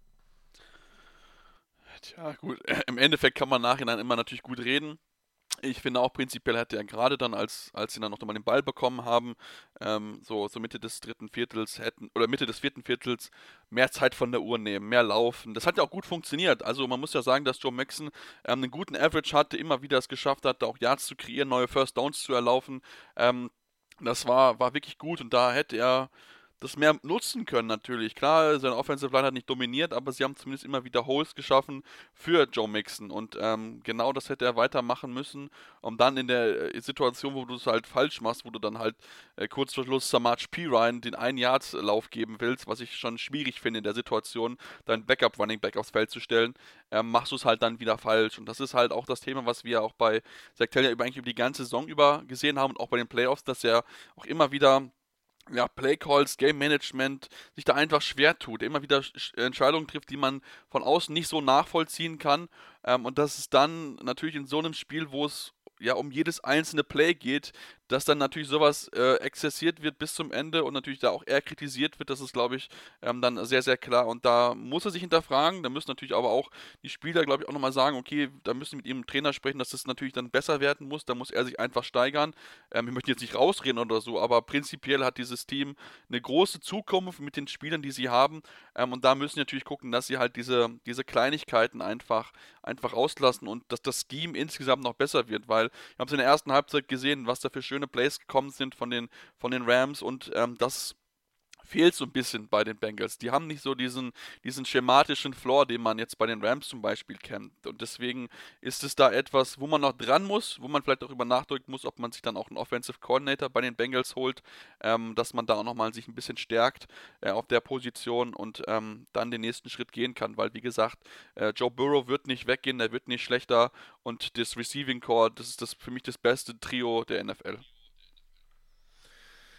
Tja, gut, im Endeffekt kann man nachhinein immer natürlich gut reden. Ich finde auch prinzipiell hätte er gerade dann, als, als sie dann noch mal den Ball bekommen haben, ähm, so, so Mitte des dritten Viertels hätten, oder Mitte des vierten Viertels mehr Zeit von der Uhr nehmen, mehr laufen. Das hat ja auch gut funktioniert. Also man muss ja sagen, dass Joe Mixon ähm, einen guten Average hatte, immer wieder es geschafft hat, auch Yards zu kreieren, neue First Downs zu erlaufen. Ähm, das war, war wirklich gut und da hätte er das mehr nutzen können natürlich. Klar, seine Offensive Line hat nicht dominiert, aber sie haben zumindest immer wieder Holes geschaffen für Joe Mixon und ähm, genau das hätte er weitermachen müssen, um dann in der äh, Situation, wo du es halt falsch machst, wo du dann halt äh, kurz vor Schluss Samaje Perine den ein-Yard-Lauf geben willst, was ich schon schwierig finde in der Situation, dein Backup-Running-Back aufs Feld zu stellen, ähm, machst du es halt dann wieder falsch und das ist halt auch das Thema, was wir auch bei Zac Taylor über, eigentlich über die ganze Saison über gesehen haben und auch bei den Playoffs, dass er auch immer wieder ja, Playcalls, Game Management sich da einfach schwer tut, immer wieder Entscheidungen trifft, die man von außen nicht so nachvollziehen kann. Ähm, und das ist dann natürlich in so einem Spiel, wo es ja um jedes einzelne Play geht, dass dann natürlich sowas äh, exzessiert wird bis zum Ende und natürlich da auch eher kritisiert wird, das ist, glaube ich, ähm, dann sehr, sehr klar. Und da muss er sich hinterfragen, da müssen natürlich aber auch die Spieler, glaube ich, auch nochmal sagen, okay, da müssen wir mit ihrem Trainer sprechen, dass das natürlich dann besser werden muss, da muss er sich einfach steigern. Ähm, ich möchte jetzt nicht rausreden oder so, aber prinzipiell hat dieses Team eine große Zukunft mit den Spielern, die sie haben ähm, und da müssen sie natürlich gucken, dass sie halt diese, diese Kleinigkeiten einfach, einfach auslassen und dass das Scheme insgesamt noch besser wird, weil wir haben es in der ersten Halbzeit gesehen, was da für schöne Plays gekommen sind von den, von den Rams und ähm, das fehlt so ein bisschen bei den Bengals. Die haben nicht so diesen, diesen schematischen Floor, den man jetzt bei den Rams zum Beispiel kennt. Und deswegen ist es da etwas, wo man noch dran muss, wo man vielleicht auch über nachdenken muss, ob man sich dann auch einen Offensive Coordinator bei den Bengals holt, ähm, dass man da auch nochmal sich ein bisschen stärkt äh, auf der Position und ähm, dann den nächsten Schritt gehen kann. Weil, wie gesagt, äh, Joe Burrow wird nicht weggehen, der wird nicht schlechter und das Receiving Core, das ist das für mich das beste Trio der N F L.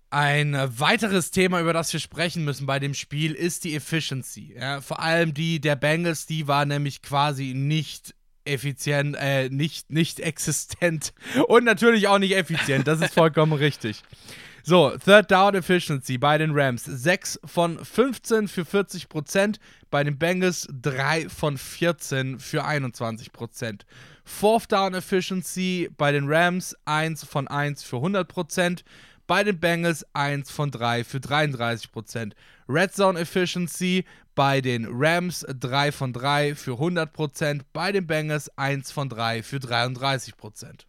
Ein weiteres Thema, über das wir sprechen müssen bei dem Spiel, ist die Efficiency. Ja, vor allem die der Bengals, die war nämlich quasi nicht effizient, äh, nicht, nicht existent und natürlich auch nicht effizient. Das ist vollkommen richtig. So, Third Down Efficiency bei den Rams. sechs von fünfzehn für vierzig Prozent. Bei den Bengals drei von vierzehn für einundzwanzig Prozent. Fourth Down Efficiency bei den Rams eins von eins für hundert Prozent. Bei den Bengals eins von drei für dreiunddreißig Prozent. Red Zone Efficiency bei den Rams drei von drei für hundert Prozent. Bei den Bengals eins von drei für dreiunddreißig Prozent.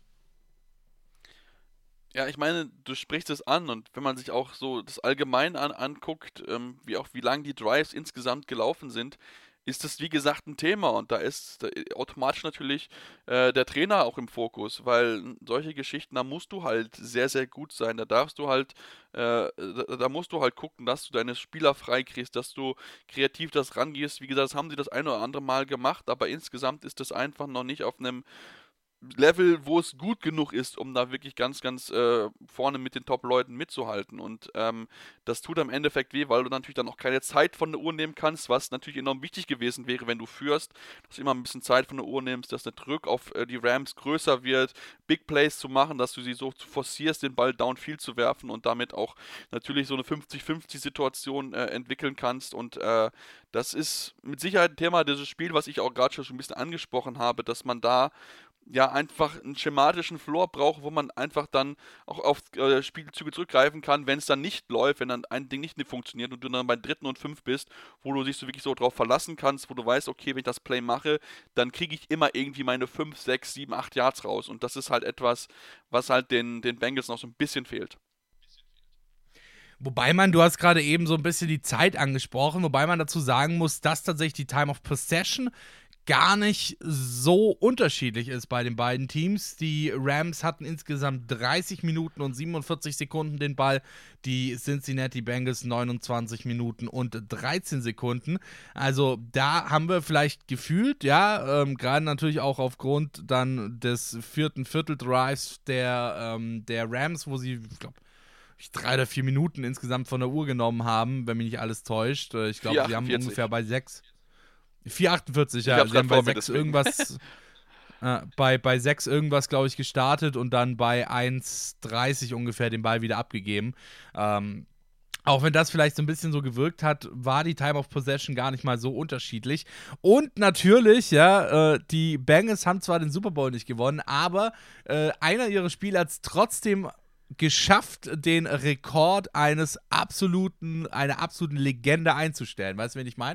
Ja, ich meine, du sprichst es an und wenn man sich auch so das allgemein an, anguckt, ähm, wie auch wie lang die Drives insgesamt gelaufen sind, ist das wie gesagt ein Thema und da ist da automatisch natürlich äh, der Trainer auch im Fokus, weil solche Geschichten, da musst du halt sehr, sehr gut sein, da darfst du halt, äh, da, da musst du halt gucken, dass du deine Spieler freikriegst, dass du kreativ das rangehst, wie gesagt, das haben sie das ein oder andere Mal gemacht, aber insgesamt ist das einfach noch nicht auf einem Level, wo es gut genug ist, um da wirklich ganz, ganz äh, vorne mit den Top-Leuten mitzuhalten. Und ähm, das tut am Endeffekt weh, weil du natürlich dann auch keine Zeit von der Uhr nehmen kannst, was natürlich enorm wichtig gewesen wäre, wenn du führst, dass du immer ein bisschen Zeit von der Uhr nimmst, dass der Druck auf äh, die Rams größer wird, Big Plays zu machen, dass du sie so forcierst, den Ball downfield zu werfen und damit auch natürlich so eine fünfzig fünfzig Situation äh, entwickeln kannst. Und äh, das ist mit Sicherheit ein Thema dieses Spiel, was ich auch gerade schon ein bisschen angesprochen habe, dass man da ja einfach einen schematischen Floor braucht, wo man einfach dann auch auf äh, Spielzüge zurückgreifen kann, wenn es dann nicht läuft, wenn dann ein Ding nicht funktioniert und du dann bei dritten und fünf bist, wo du dich so wirklich so drauf verlassen kannst, wo du weißt, okay, wenn ich das Play mache, dann kriege ich immer irgendwie meine fünf, sechs, sieben, acht Yards raus und das ist halt etwas, was halt den, den Bengals noch so ein bisschen fehlt. Wobei man, du hast gerade eben so ein bisschen die Zeit angesprochen, wobei man dazu sagen muss, dass tatsächlich die Time of Possession gar nicht so unterschiedlich ist bei den beiden Teams. Die Rams hatten insgesamt dreißig Minuten und siebenundvierzig Sekunden den Ball, die Cincinnati Bengals neunundzwanzig Minuten und dreizehn Sekunden. Also da haben wir vielleicht gefühlt, ja, ähm, gerade natürlich auch aufgrund dann des vierten Viertel-Drives der, ähm, der Rams, wo sie, ich glaube, drei oder vier Minuten insgesamt von der Uhr genommen haben, wenn mich nicht alles täuscht. Ich glaube, sie haben ungefähr bei sechs vier achtundvierzig, ja. Sie haben bei sechs irgendwas, äh, bei, bei sechs irgendwas, glaube ich, gestartet und dann bei eins dreißig ungefähr den Ball wieder abgegeben. Ähm, auch wenn das vielleicht so ein bisschen so gewirkt hat, war die Time of Possession gar nicht mal so unterschiedlich. Und natürlich, ja, äh, die Bengals haben zwar den Super Bowl nicht gewonnen, aber äh, einer ihrer Spieler hat es trotzdem geschafft, den Rekord eines absoluten, einer absoluten Legende einzustellen. Weißt du, wen ich meine?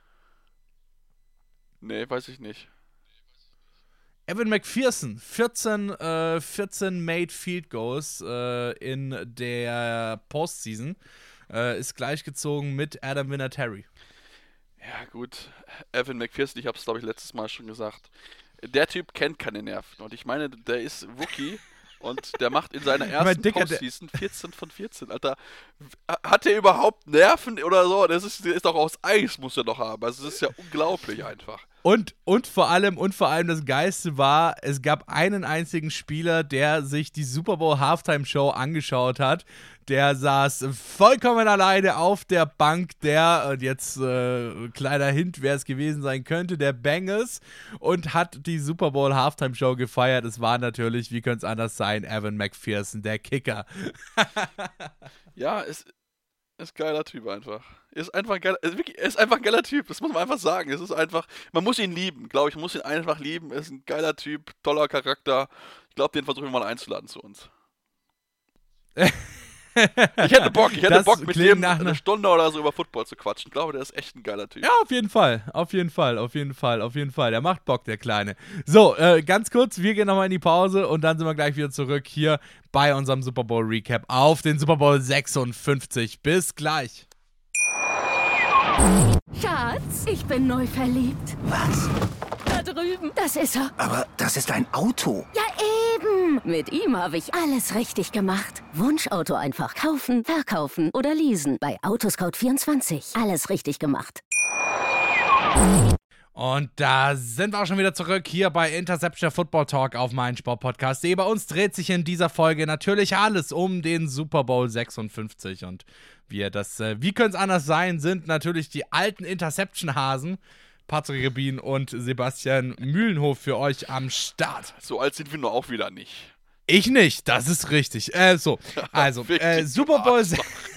Nee, weiß ich nicht. Evan McPherson, vierzehn, äh, vierzehn Made Field Goals äh, in der Postseason, äh, ist gleichgezogen mit Adam Vinatieri. Ja gut, Evan McPherson, ich habe es glaube ich letztes Mal schon gesagt, der Typ kennt keine Nerven und ich meine, der ist Rookie und der macht in seiner ersten Dicker, Postseason vierzehn von vierzehn, Alter. Hat der überhaupt Nerven oder so? Das ist, der ist doch aus Eis, muss er doch haben. Also das ist ja unglaublich einfach. Und, und vor allem, und vor allem das Geilste war, es gab einen einzigen Spieler, der sich die Super Bowl Halftime Show angeschaut hat. Der saß vollkommen alleine auf der Bank der, und jetzt äh, kleiner Hint, wer es gewesen sein könnte, der Bengals und hat die Super Bowl Halftime Show gefeiert. Es war natürlich, wie könnte es anders sein, Evan McPherson, der Kicker. Ja, es ist ein geiler Typ einfach. Ist einfach ein geiler, ist wirklich, ist einfach ein geiler Typ, das muss man einfach sagen. Es ist einfach, man muss ihn lieben, glaube ich, man muss ihn einfach lieben. Er ist ein geiler Typ, toller Charakter. Ich glaube, den versuchen wir mal einzuladen zu uns. Ich hätte Bock, ich hätte Das Bock mit klingt dem nach eine einer- Stunde oder so über Football zu quatschen. Ich glaube, der ist echt ein geiler Typ. Ja, auf jeden Fall, auf jeden Fall, auf jeden Fall, auf jeden Fall. Der macht Bock, der Kleine. So, äh, ganz kurz, wir gehen nochmal in die Pause und dann sind wir gleich wieder zurück hier bei unserem Super Bowl Recap auf den Super Bowl sechsundfünfzig. Bis gleich. Schatz, ich bin neu verliebt. Was? Da drüben. Das ist er. Aber das ist ein Auto. Ja, eben. Mit ihm habe ich alles richtig gemacht. Wunschauto einfach kaufen, verkaufen oder leasen. Bei Autoscout vierundzwanzig. Alles richtig gemacht. Und da sind wir auch schon wieder zurück hier bei Interception Football Talk auf meinsportpodcast punkt de. Bei uns dreht sich in dieser Folge natürlich alles um den Super Bowl sechsundfünfzig. Und wir das, äh, wie könnte es anders sein, sind natürlich die alten Interception-Hasen, Patrick Rebin und Sebastian Mühlenhof für euch am Start. So alt sind wir nur auch wieder nicht. Ich nicht, das ist richtig. Äh, so, also, äh, Super Bowl...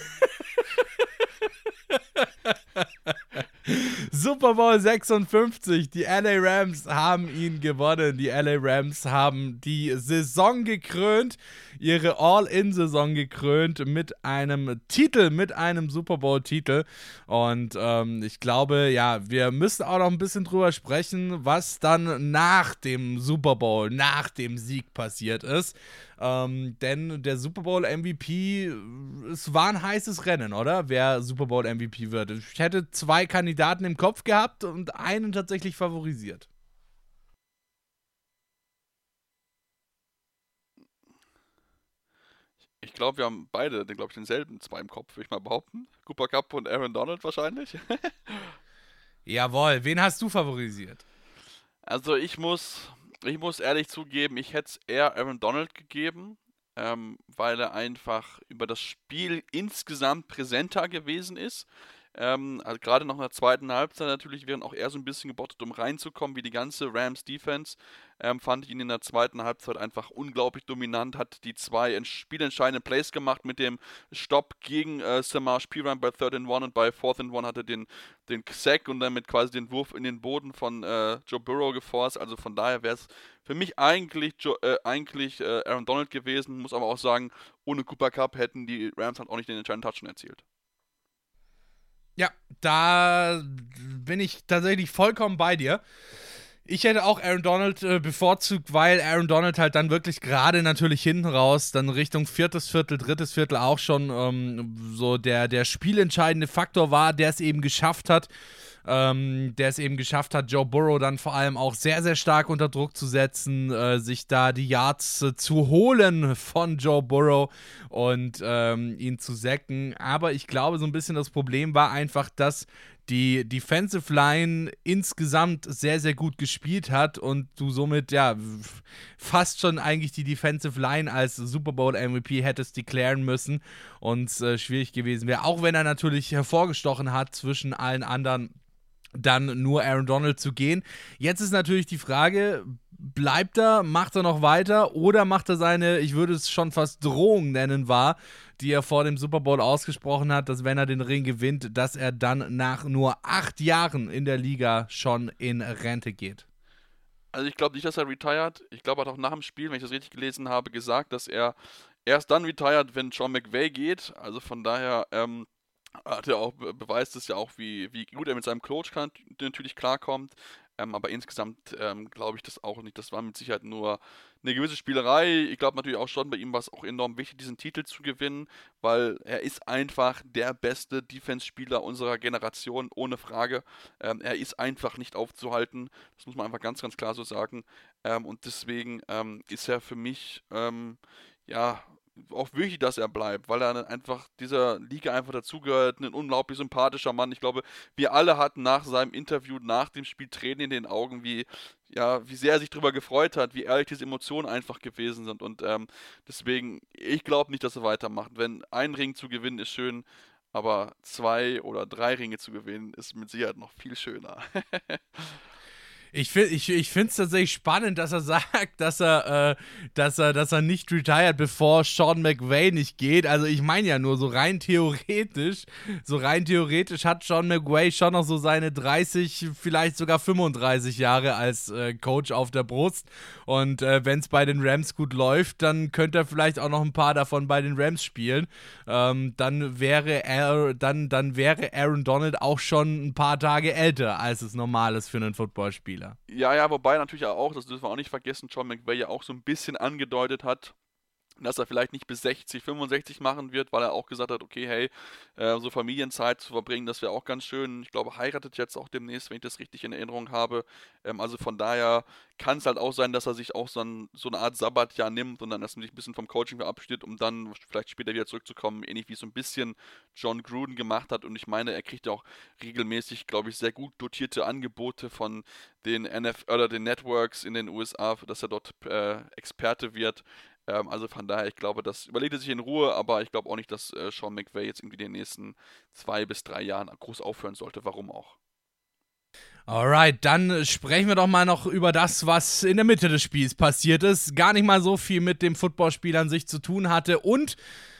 Super Bowl sechsundfünfzig, die L A Rams haben ihn gewonnen. Die L A Rams haben die Saison gekrönt, ihre All-In-Saison gekrönt mit einem Titel, mit einem Super Bowl-Titel. Und ähm, ich glaube, ja, wir müssen auch noch ein bisschen drüber sprechen, was dann nach dem Super Bowl, nach dem Sieg passiert ist. Ähm, denn der Super Bowl M V P, es war ein heißes Rennen, oder? Wer Super Bowl M V P wird. Ich hätte zwei Kandidaten im Kopf gehabt und einen tatsächlich favorisiert. Ich glaube, wir haben beide, glaube ich, denselben zwei im Kopf, würde ich mal behaupten. Cooper Kupp und Aaron Donald wahrscheinlich. Jawohl, wen hast du favorisiert? Also ich muss, ich muss ehrlich zugeben, ich hätte es eher Aaron Donald gegeben, ähm, weil er einfach über das Spiel insgesamt präsenter gewesen ist. Ähm, also gerade noch in der zweiten Halbzeit natürlich, während auch er so ein bisschen gebottet, um reinzukommen, wie die ganze Rams-Defense, ähm, fand ich ihn in der zweiten Halbzeit einfach unglaublich dominant, hat die zwei ents- spielentscheidenden Plays gemacht mit dem Stopp gegen äh, Samaje Perine bei Third and One und bei Fourth and One hatte den, den Sack und damit quasi den Wurf in den Boden von äh, Joe Burrow geforst, also von daher wäre es für mich eigentlich, Joe, äh, eigentlich äh, Aaron Donald gewesen, muss aber auch sagen, ohne Cooper Kupp hätten die Rams halt auch nicht den entscheidenden Touchdown erzielt. Ja, da bin ich tatsächlich vollkommen bei dir. Ich hätte auch Aaron Donald äh, bevorzugt, weil Aaron Donald halt dann wirklich gerade natürlich hinten raus, dann Richtung viertes Viertel, drittes Viertel auch schon ähm, so der, der spielentscheidende Faktor war, der es eben geschafft hat, ähm, der es eben geschafft hat, Joe Burrow dann vor allem auch sehr, sehr stark unter Druck zu setzen, äh, sich da die Yards äh, zu holen von Joe Burrow und ähm, ihn zu sacken. Aber ich glaube, so ein bisschen das Problem war einfach, dass die Defensive Line insgesamt sehr, sehr gut gespielt hat und du somit, ja, fast schon eigentlich die Defensive Line als Super Bowl M V P hättest deklarieren müssen und es äh, schwierig gewesen wäre. Auch wenn er natürlich hervorgestochen hat zwischen allen anderen, dann nur Aaron Donald zu gehen. Jetzt ist natürlich die Frage, bleibt er, macht er noch weiter oder macht er seine, ich würde es schon fast Drohung nennen, wahr, die er vor dem Super Bowl ausgesprochen hat, dass wenn er den Ring gewinnt, dass er dann nach nur acht Jahren in der Liga schon in Rente geht. Also ich glaube nicht, dass er retired. Ich glaube, er hat auch nach dem Spiel, wenn ich das richtig gelesen habe, gesagt, dass er erst dann retired, wenn Sean McVay geht. Also von daher ähm, hat er auch, beweist es ja auch, wie, wie gut er mit seinem Coach kann, natürlich klarkommt. Ähm, aber insgesamt ähm, glaube ich das auch nicht. Das war mit Sicherheit nur eine gewisse Spielerei. Ich glaube natürlich auch schon, bei ihm war es auch enorm wichtig, diesen Titel zu gewinnen, weil er ist einfach der beste Defense-Spieler unserer Generation, ohne Frage. Ähm, er ist einfach nicht aufzuhalten. Das muss man einfach ganz, ganz klar so sagen. Ähm, und deswegen ähm, ist er für mich, ähm, ja, auch wichtig, dass er bleibt, weil er einfach dieser Liga einfach dazugehört, ein unglaublich sympathischer Mann. Ich glaube, wir alle hatten nach seinem Interview, nach dem Spiel Tränen in den Augen, wie, ja, wie sehr er sich darüber gefreut hat, wie ehrlich diese Emotionen einfach gewesen sind. Und ähm, deswegen, ich glaube nicht, dass er weitermacht. Wenn ein Ring zu gewinnen, ist schön, aber zwei oder drei Ringe zu gewinnen, ist mit Sicherheit noch viel schöner. Ich finde ich, ich es tatsächlich spannend, dass er sagt, dass er, äh, dass er, dass er nicht retired, bevor Sean McVay nicht geht. Also ich meine ja nur, so rein theoretisch, so rein theoretisch hat Sean McVay schon noch so seine dreißig, vielleicht sogar fünfunddreißig Jahre als äh, Coach auf der Brust. Und äh, wenn es bei den Rams gut läuft, dann könnte er vielleicht auch noch ein paar davon bei den Rams spielen. Ähm, dann wäre er, dann, dann wäre Aaron Donald auch schon ein paar Tage älter, als es normal ist für einen Footballspieler. Ja, ja, wobei natürlich auch, das dürfen wir auch nicht vergessen, Sean McVay ja auch so ein bisschen angedeutet hat, dass er vielleicht nicht bis sechzig, fünfundsechzig machen wird, weil er auch gesagt hat, okay, hey, äh, so Familienzeit zu verbringen, das wäre auch ganz schön. Ich glaube, heiratet jetzt auch demnächst, wenn ich das richtig in Erinnerung habe. Ähm, also von daher kann es halt auch sein, dass er sich auch so, ein, so eine Art Sabbatjahr nimmt und dann erstmal sich ein bisschen vom Coaching verabschiedet, um dann vielleicht später wieder zurückzukommen, ähnlich wie es so ein bisschen John Gruden gemacht hat. Und ich meine, er kriegt ja auch regelmäßig, glaube ich, sehr gut dotierte Angebote von den N F L oder den Networks in den U S A, dass er dort äh, Experte wird. Also von daher, ich glaube, das überlegt er sich in Ruhe, aber ich glaube auch nicht, dass äh, Sean McVay jetzt irgendwie in den nächsten zwei bis drei Jahren groß aufhören sollte. Warum auch? Alright, dann sprechen wir doch mal noch über das, was in der Mitte des Spiels passiert ist. Gar nicht mal so viel mit dem Footballspiel an sich zu tun hatte und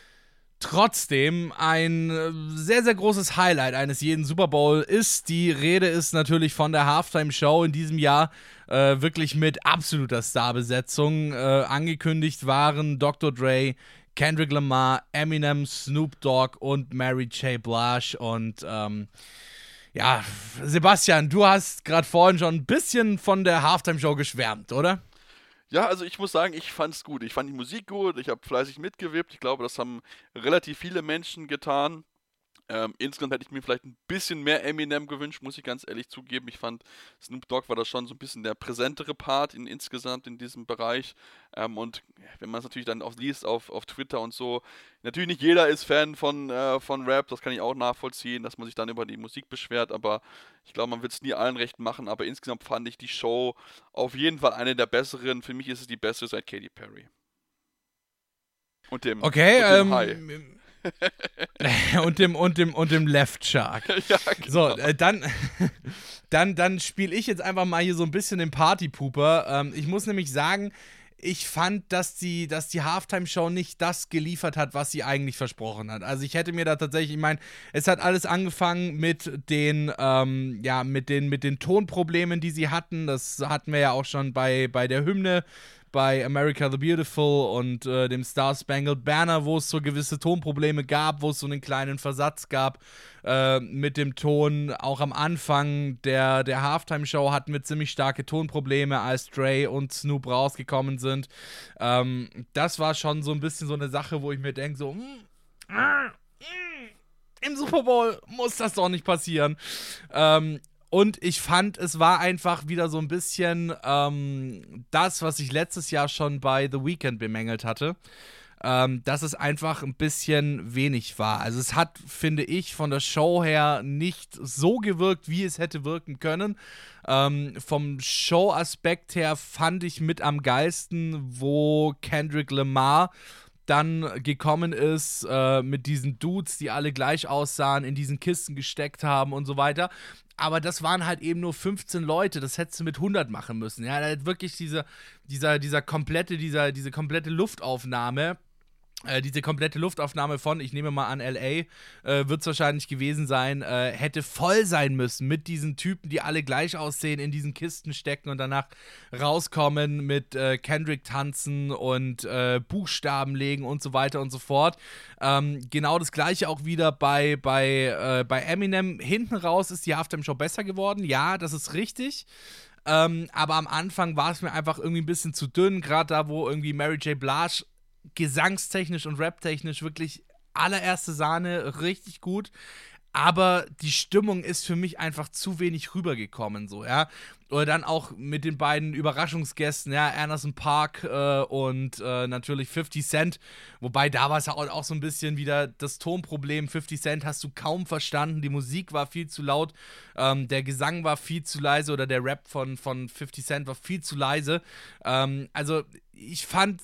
trotzdem ein sehr, sehr großes Highlight eines jeden Super Bowl ist. Die Rede ist natürlich von der Halftime-Show in diesem Jahr, äh, wirklich mit absoluter Starbesetzung. Äh, angekündigt waren Doktor Dre, Kendrick Lamar, Eminem, Snoop Dogg und Mary J. Blige. Und ähm, ja, Sebastian, du hast gerade vorhin schon ein bisschen von der Halftime-Show geschwärmt, oder? Ja, also ich muss sagen, ich fand's gut. Ich fand die Musik gut, ich habe fleißig mitgewippt. Ich glaube, das haben relativ viele Menschen getan. Ähm, insgesamt hätte ich mir vielleicht ein bisschen mehr Eminem gewünscht, muss ich ganz ehrlich zugeben. Ich fand, Snoop Dogg war da schon so ein bisschen der präsentere Part in, insgesamt in diesem Bereich. Ähm, und wenn man es natürlich dann auch liest auf, auf Twitter und so, natürlich nicht jeder ist Fan von, äh, von Rap, das kann ich auch nachvollziehen, dass man sich dann über die Musik beschwert, aber ich glaube, man wird es nie allen recht machen. Aber insgesamt fand ich die Show auf jeden Fall eine der besseren. Für mich ist es die beste seit Katy Perry. Und dem, okay, und dem ähm, High. und dem und dem und dem Left Shark. Ja, genau. So, äh, dann dann dann spiele ich jetzt einfach mal hier so ein bisschen den Partypooper. Ähm, ich muss nämlich sagen, ich fand, dass die, dass die Halftime-Show nicht das geliefert hat, was sie eigentlich versprochen hat. Also ich hätte mir da tatsächlich, ich meine, es hat alles angefangen mit den, ähm, ja, mit den, mit den Tonproblemen, die sie hatten. Das hatten wir ja auch schon bei, bei der Hymne, bei America the Beautiful und äh, dem Star Spangled Banner, wo es so gewisse Tonprobleme gab, wo es so einen kleinen Versatz gab äh, mit dem Ton. Auch am Anfang der, der Halftime-Show hatten wir ziemlich starke Tonprobleme, als Dre und Snoop rausgekommen sind. Ähm, das war schon so ein bisschen so eine Sache, wo ich mir denke, so, mm, ah, mm, im Super Bowl muss das doch nicht passieren. Ähm, Und ich fand, es war einfach wieder so ein bisschen ähm, das, was ich letztes Jahr schon bei The Weeknd bemängelt hatte, ähm, dass es einfach ein bisschen wenig war. Also es hat, finde ich, von der Show her nicht so gewirkt, wie es hätte wirken können. Ähm, vom Show-Aspekt her fand ich mit am geilsten, wo Kendrick Lamar dann gekommen ist, äh, mit diesen Dudes, die alle gleich aussahen, in diesen Kisten gesteckt haben und so weiter. Aber das waren halt eben nur fünfzehn Leute, das hättest du mit hundert machen müssen. Ja, da hat wirklich diese, dieser, dieser komplette, dieser, diese komplette Luftaufnahme, äh, diese komplette Luftaufnahme von, ich nehme mal an, L A, äh, wird es wahrscheinlich gewesen sein, äh, hätte voll sein müssen mit diesen Typen, die alle gleich aussehen, in diesen Kisten stecken und danach rauskommen mit äh, Kendrick tanzen und äh, Buchstaben legen und so weiter und so fort. Ähm, genau das gleiche auch wieder bei, bei, äh, bei Eminem. Hinten raus ist die Halftime-Show besser geworden, ja, das ist richtig. Ähm, aber am Anfang war es mir einfach irgendwie ein bisschen zu dünn, gerade da, wo irgendwie Mary J. Blige gesangstechnisch und raptechnisch wirklich allererste Sahne, richtig gut. Aber die Stimmung ist für mich einfach zu wenig rübergekommen, so, ja. Oder dann auch mit den beiden Überraschungsgästen, ja, Anderson .Paak äh, und äh, natürlich fifty Cent. Wobei, da war es ja auch, auch so ein bisschen wieder das Tonproblem. fifty Cent hast du kaum verstanden, die Musik war viel zu laut, ähm, der Gesang war viel zu leise oder der Rap von, von fifty Cent war viel zu leise. Ähm, also, ich fand,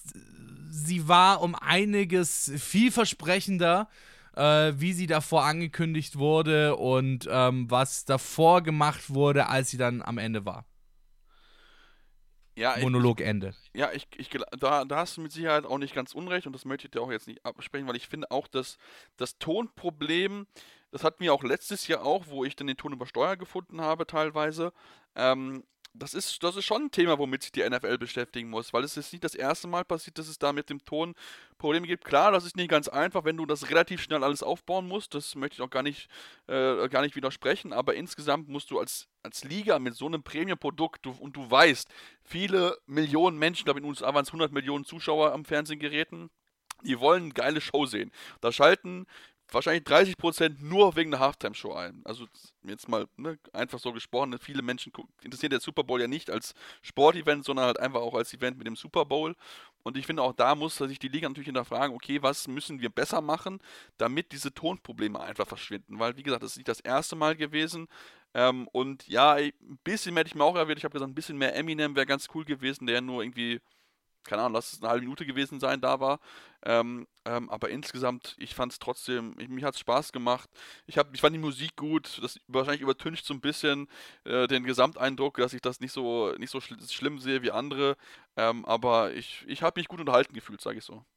sie war um einiges vielversprechender, äh, wie sie davor angekündigt wurde und ähm, was davor gemacht wurde, als sie dann am Ende war. Ja, Monologende. Ja, ich, ich, da, da hast du mit Sicherheit auch nicht ganz unrecht und das möchte ich dir auch jetzt nicht absprechen, weil ich finde auch, dass das Tonproblem, das hatten wir auch letztes Jahr auch, wo ich dann den Ton übersteuert gefunden habe teilweise, ähm, Das ist, das ist schon ein Thema, womit sich die N F L beschäftigen muss, weil es ist nicht das erste Mal passiert, dass es da mit dem Ton Probleme gibt. Klar, das ist nicht ganz einfach, wenn du das relativ schnell alles aufbauen musst, das möchte ich auch gar nicht, äh, gar nicht widersprechen, aber insgesamt musst du als, als Liga mit so einem Premium-Produkt, du, und du weißt, viele Millionen Menschen, ich glaube in den U S A waren es hundert Millionen Zuschauer am Fernsehgeräten, die wollen eine geile Show sehen. Da schalten wahrscheinlich dreißig Prozent nur wegen der Halftime-Show ein. Also jetzt mal ne, einfach so gesprochen, viele Menschen interessiert der Super Bowl ja nicht als Sportevent, sondern halt einfach auch als Event mit dem Super Bowl. Und ich finde, auch da muss sich die Liga natürlich hinterfragen, okay, was müssen wir besser machen, damit diese Tonprobleme einfach verschwinden. Weil, wie gesagt, das ist nicht das erste Mal gewesen. Ähm, und ja, ein bisschen mehr hätte ich mir auch erwähnt. Ich habe gesagt, ein bisschen mehr Eminem wäre ganz cool gewesen, der nur irgendwie, keine Ahnung, lass es eine halbe Minute gewesen sein, da war. Ähm, ähm, aber insgesamt, ich fand es trotzdem, ich, mir hat es Spaß gemacht. Ich, hab, ich fand die Musik gut, das wahrscheinlich übertüncht so ein bisschen äh, den Gesamteindruck, dass ich das nicht so, nicht so schl- schlimm sehe wie andere. Ähm, aber ich, ich habe mich gut unterhalten gefühlt, sage ich so.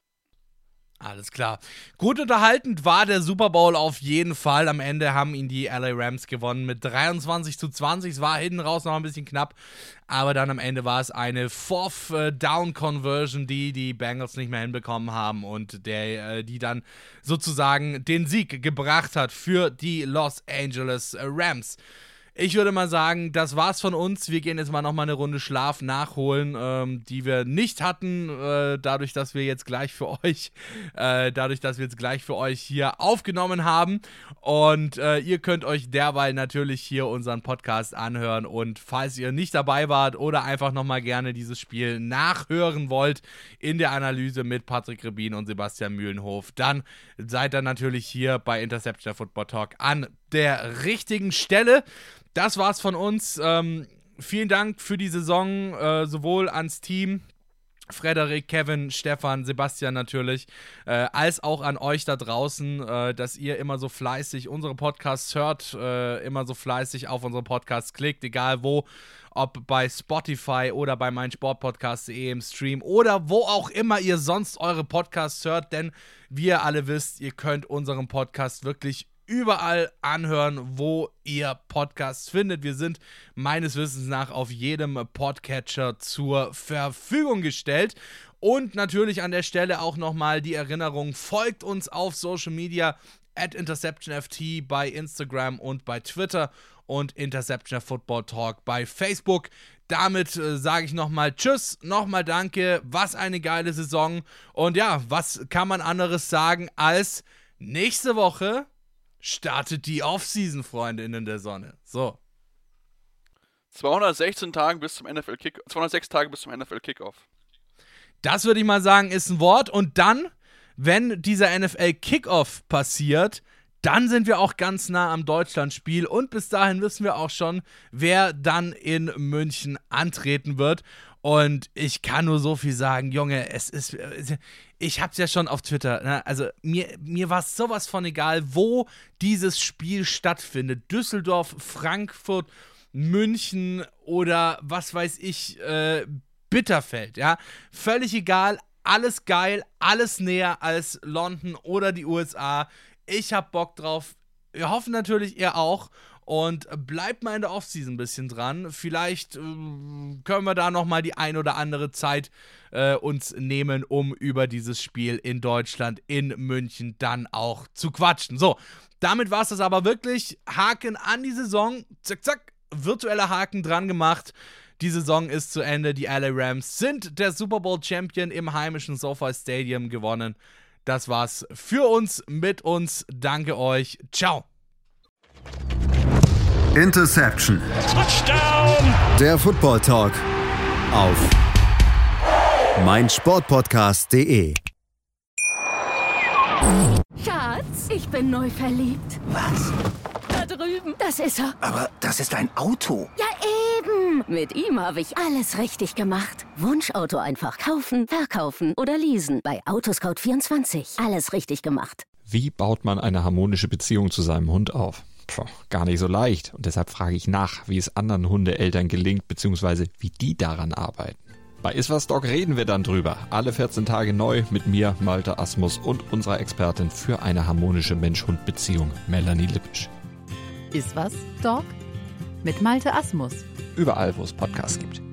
Alles klar. Gut unterhaltend war der Super Bowl auf jeden Fall. Am Ende haben ihn die L A Rams gewonnen mit dreiundzwanzig zu zwanzig. Es war hinten raus noch ein bisschen knapp, aber dann am Ende war es eine Fourth Down Conversion, die die Bengals nicht mehr hinbekommen haben und der, die dann sozusagen den Sieg gebracht hat für die Los Angeles Rams. Ich würde mal sagen, das war's von uns. Wir gehen jetzt mal nochmal eine Runde Schlaf nachholen, ähm, die wir nicht hatten, äh, dadurch, dass wir jetzt gleich für euch, äh, dadurch, dass wir jetzt gleich für euch hier aufgenommen haben. Und äh, ihr könnt euch derweil natürlich hier unseren Podcast anhören. Und falls ihr nicht dabei wart oder einfach nochmal gerne dieses Spiel nachhören wollt in der Analyse mit Patrick Rebin und Sebastian Mühlenhof, dann seid ihr natürlich hier bei Interception Football Talk an der richtigen Stelle. Das war's von uns. Ähm, vielen Dank für die Saison, äh, sowohl ans Team, Frederik, Kevin, Stefan, Sebastian natürlich, äh, als auch an euch da draußen, äh, dass ihr immer so fleißig unsere Podcasts hört, äh, immer so fleißig auf unsere Podcasts klickt, egal wo, ob bei Spotify oder bei meinsportpodcast punkt de im Stream oder wo auch immer ihr sonst eure Podcasts hört, denn wie ihr alle wisst, ihr könnt unseren Podcast wirklich überall anhören, wo ihr Podcasts findet. Wir sind meines Wissens nach auf jedem Podcatcher zur Verfügung gestellt. Und natürlich an der Stelle auch nochmal die Erinnerung, folgt uns auf Social Media at InterceptionFT bei Instagram und bei Twitter und Interception Football Talk bei Facebook. Damit äh, sage ich nochmal Tschüss, nochmal Danke, was eine geile Saison. Und ja, was kann man anderes sagen als nächste Woche startet die Offseason, Freundinnen der Sonne. So. zweihundertsechzehn Tage bis zum N F L Kick, zweihundertsechs Tage bis zum N F L Kickoff. Das würde ich mal sagen, ist ein Wort. Und dann, wenn dieser N F L Kickoff passiert, dann sind wir auch ganz nah am Deutschlandspiel. Und bis dahin wissen wir auch schon, wer dann in München antreten wird. Und ich kann nur so viel sagen, Junge, es ist, ich hab's ja schon auf Twitter, ne? Also mir, mir war es sowas von egal, wo dieses Spiel stattfindet. Düsseldorf, Frankfurt, München oder was weiß ich, äh, Bitterfeld, ja. Völlig egal, alles geil, alles näher als London oder die U S A. Ich hab Bock drauf. Wir hoffen natürlich, ihr auch. Und bleibt mal in der Offseason ein bisschen dran. Vielleicht äh, können wir da nochmal die ein oder andere Zeit äh, uns nehmen, um über dieses Spiel in Deutschland, in München dann auch zu quatschen. So, damit war es das aber wirklich. Haken an die Saison. Zack, zack. Virtueller Haken dran gemacht. Die Saison ist zu Ende. Die L A Rams sind der Super Bowl Champion im heimischen SoFi Stadium gewonnen. Das war's für uns, mit uns. Danke euch. Ciao. Interception. Touchdown. Der Football Talk auf meinsportpodcast punkt de. Schatz, ich bin neu verliebt. Was? Da drüben. Das ist er. Aber das ist ein Auto. Ja, eben. Mit ihm habe ich alles richtig gemacht. Wunschauto einfach kaufen, verkaufen oder leasen. Bei Autoscout vierundzwanzig. Alles richtig gemacht. Wie baut man eine harmonische Beziehung zu seinem Hund auf? Puh, gar nicht so leicht. Und deshalb frage ich nach, wie es anderen Hundeeltern gelingt, beziehungsweise wie die daran arbeiten. Bei Iswas Dog reden wir dann drüber. Alle vierzehn Tage neu mit mir, Malte Asmus und unserer Expertin für eine harmonische Mensch-Hund-Beziehung, Melanie Lippisch. Iswas Dog mit Malte Asmus. Überall, wo es Podcasts gibt.